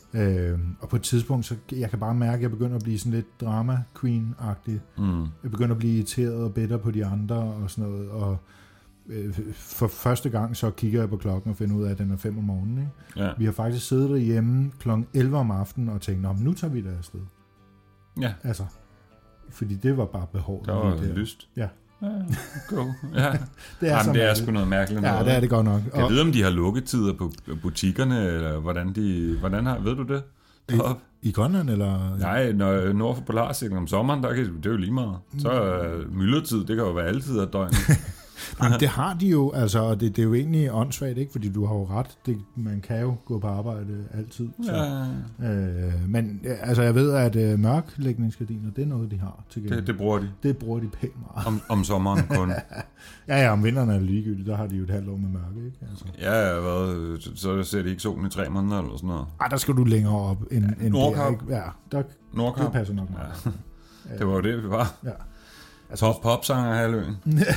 Og på et tidspunkt, så jeg kan bare mærke, at jeg begynder at blive sådan lidt drama queen-agtig. Jeg begynder at blive irriteret og bitter på de andre og sådan noget. Og for første gang så kigger jeg på klokken og finder ud af, at den er 5 om morgenen. Ikke? Ja. Vi har faktisk siddet derhjemme kl. 11 om aftenen og tænkt, nu tager vi der afsted. Ja. Altså, fordi det var bare behovet. Der var lyst. Ja. Go. Ja. Det er sgu noget mærkeligt. Ja, det er det godt nok. Jeg ved, om de har lukketider på butikkerne, eller hvordan har, ved du det? I Grønland, eller? Nej, nord for Polarcirklen om sommeren, det er jo lige meget. Så myldretid, det kan jo være altid af døgnet. Jamen, det har de jo, altså, og det er jo egentlig åndssvagt, ikke? Fordi du har jo ret. Man kan jo gå på arbejde altid. Så. Ja. Men altså, jeg ved, at mørklægningsgardiner, det er noget, de har til gengæld. Det bruger de. Det bruger de pænt meget. Om sommeren kun. Ja, om vinteren er det ligegyldigt. Der har de jo et halvt år med mørke, ikke? Altså. Ja, så ser de ikke solen i 3 måneder eller sådan noget. Der skal du længere op end Nordkap. Nordkap. Det passer nok meget. Ja. Det var jo det, vi var. Ja. Altså, Popsanger halvøen.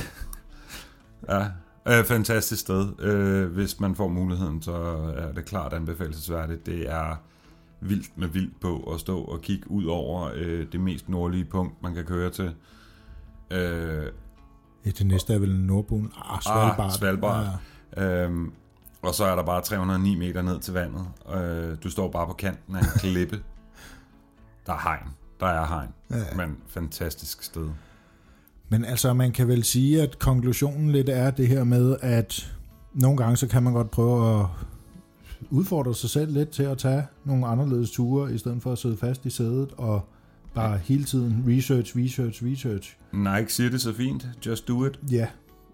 Ja, fantastisk sted. Hvis man får muligheden, så er det klart anbefalelsesværdigt. Det er vildt med vildt på at stå og kigge ud over det mest nordlige punkt, man kan køre til. Det næste er vel Nordpolen. Svalbard. Ja. Og så er der bare 309 meter ned til vandet. Du står bare på kanten af en klippe. Der er hegn. Ja. Men fantastisk sted. Men altså, man kan vel sige, at konklusionen lidt er det her med, at nogle gange så kan man godt prøve at udfordre sig selv lidt til at tage nogle anderledes ture, i stedet for at sidde fast i sædet og bare hele tiden research. Nike siger det så fint. Just do it. Ja.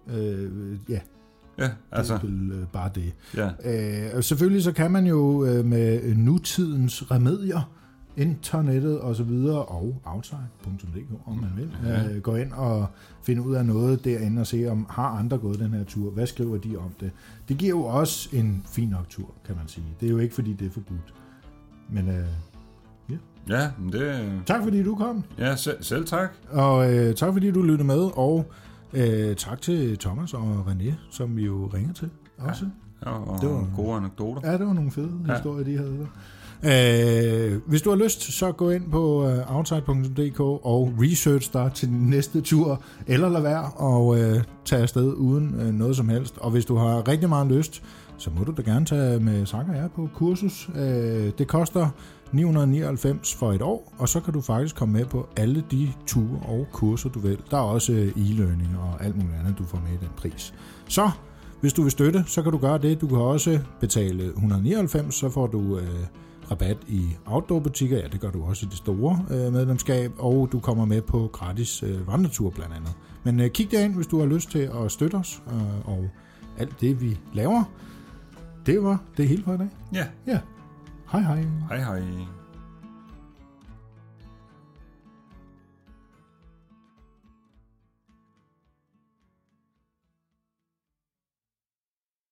Ja, altså. Det er bare det. Ja. Selvfølgelig så kan man jo med nutidens remedier, internettet og så videre, og outside.dk, om man vil, gå ind og finde ud af noget derinde og se, om har andre gået den her tur, hvad skriver de om det. Det giver jo også en fin nok tur, kan man sige. Det er jo ikke, fordi det er forbudt. Men ja, det... Tak fordi du kom. Ja, selv tak. Og tak fordi du lyttede med, og tak til Thomas og René, som vi jo ringer til også. Ja, og det var gode anekdoter. Ja, det var nogle fede historier, de havde der. Hvis du har lyst, så gå ind på outside.dk og research dig til den næste tur, eller lad være og tage afsted uden noget som helst. Og hvis du har rigtig meget lyst, så må du da gerne tage med Zach og jeg på kursus. Det koster 999 for et år, og så kan du faktisk komme med på alle de ture og kurser, du vil. Der er også e-learning og alt muligt andet, du får med i den pris. Så hvis du vil støtte, så kan du gøre det. Du kan også betale 199, så får du rabat i outdoor-butikker. Ja, det gør du også i det store medlemskab, og du kommer med på gratis vandretur blandt andet. Men kig derind, hvis du har lyst til at støtte os, og alt det, vi laver. Det var det hele for i dag. Ja. Ja. Hej hej. Hej hej.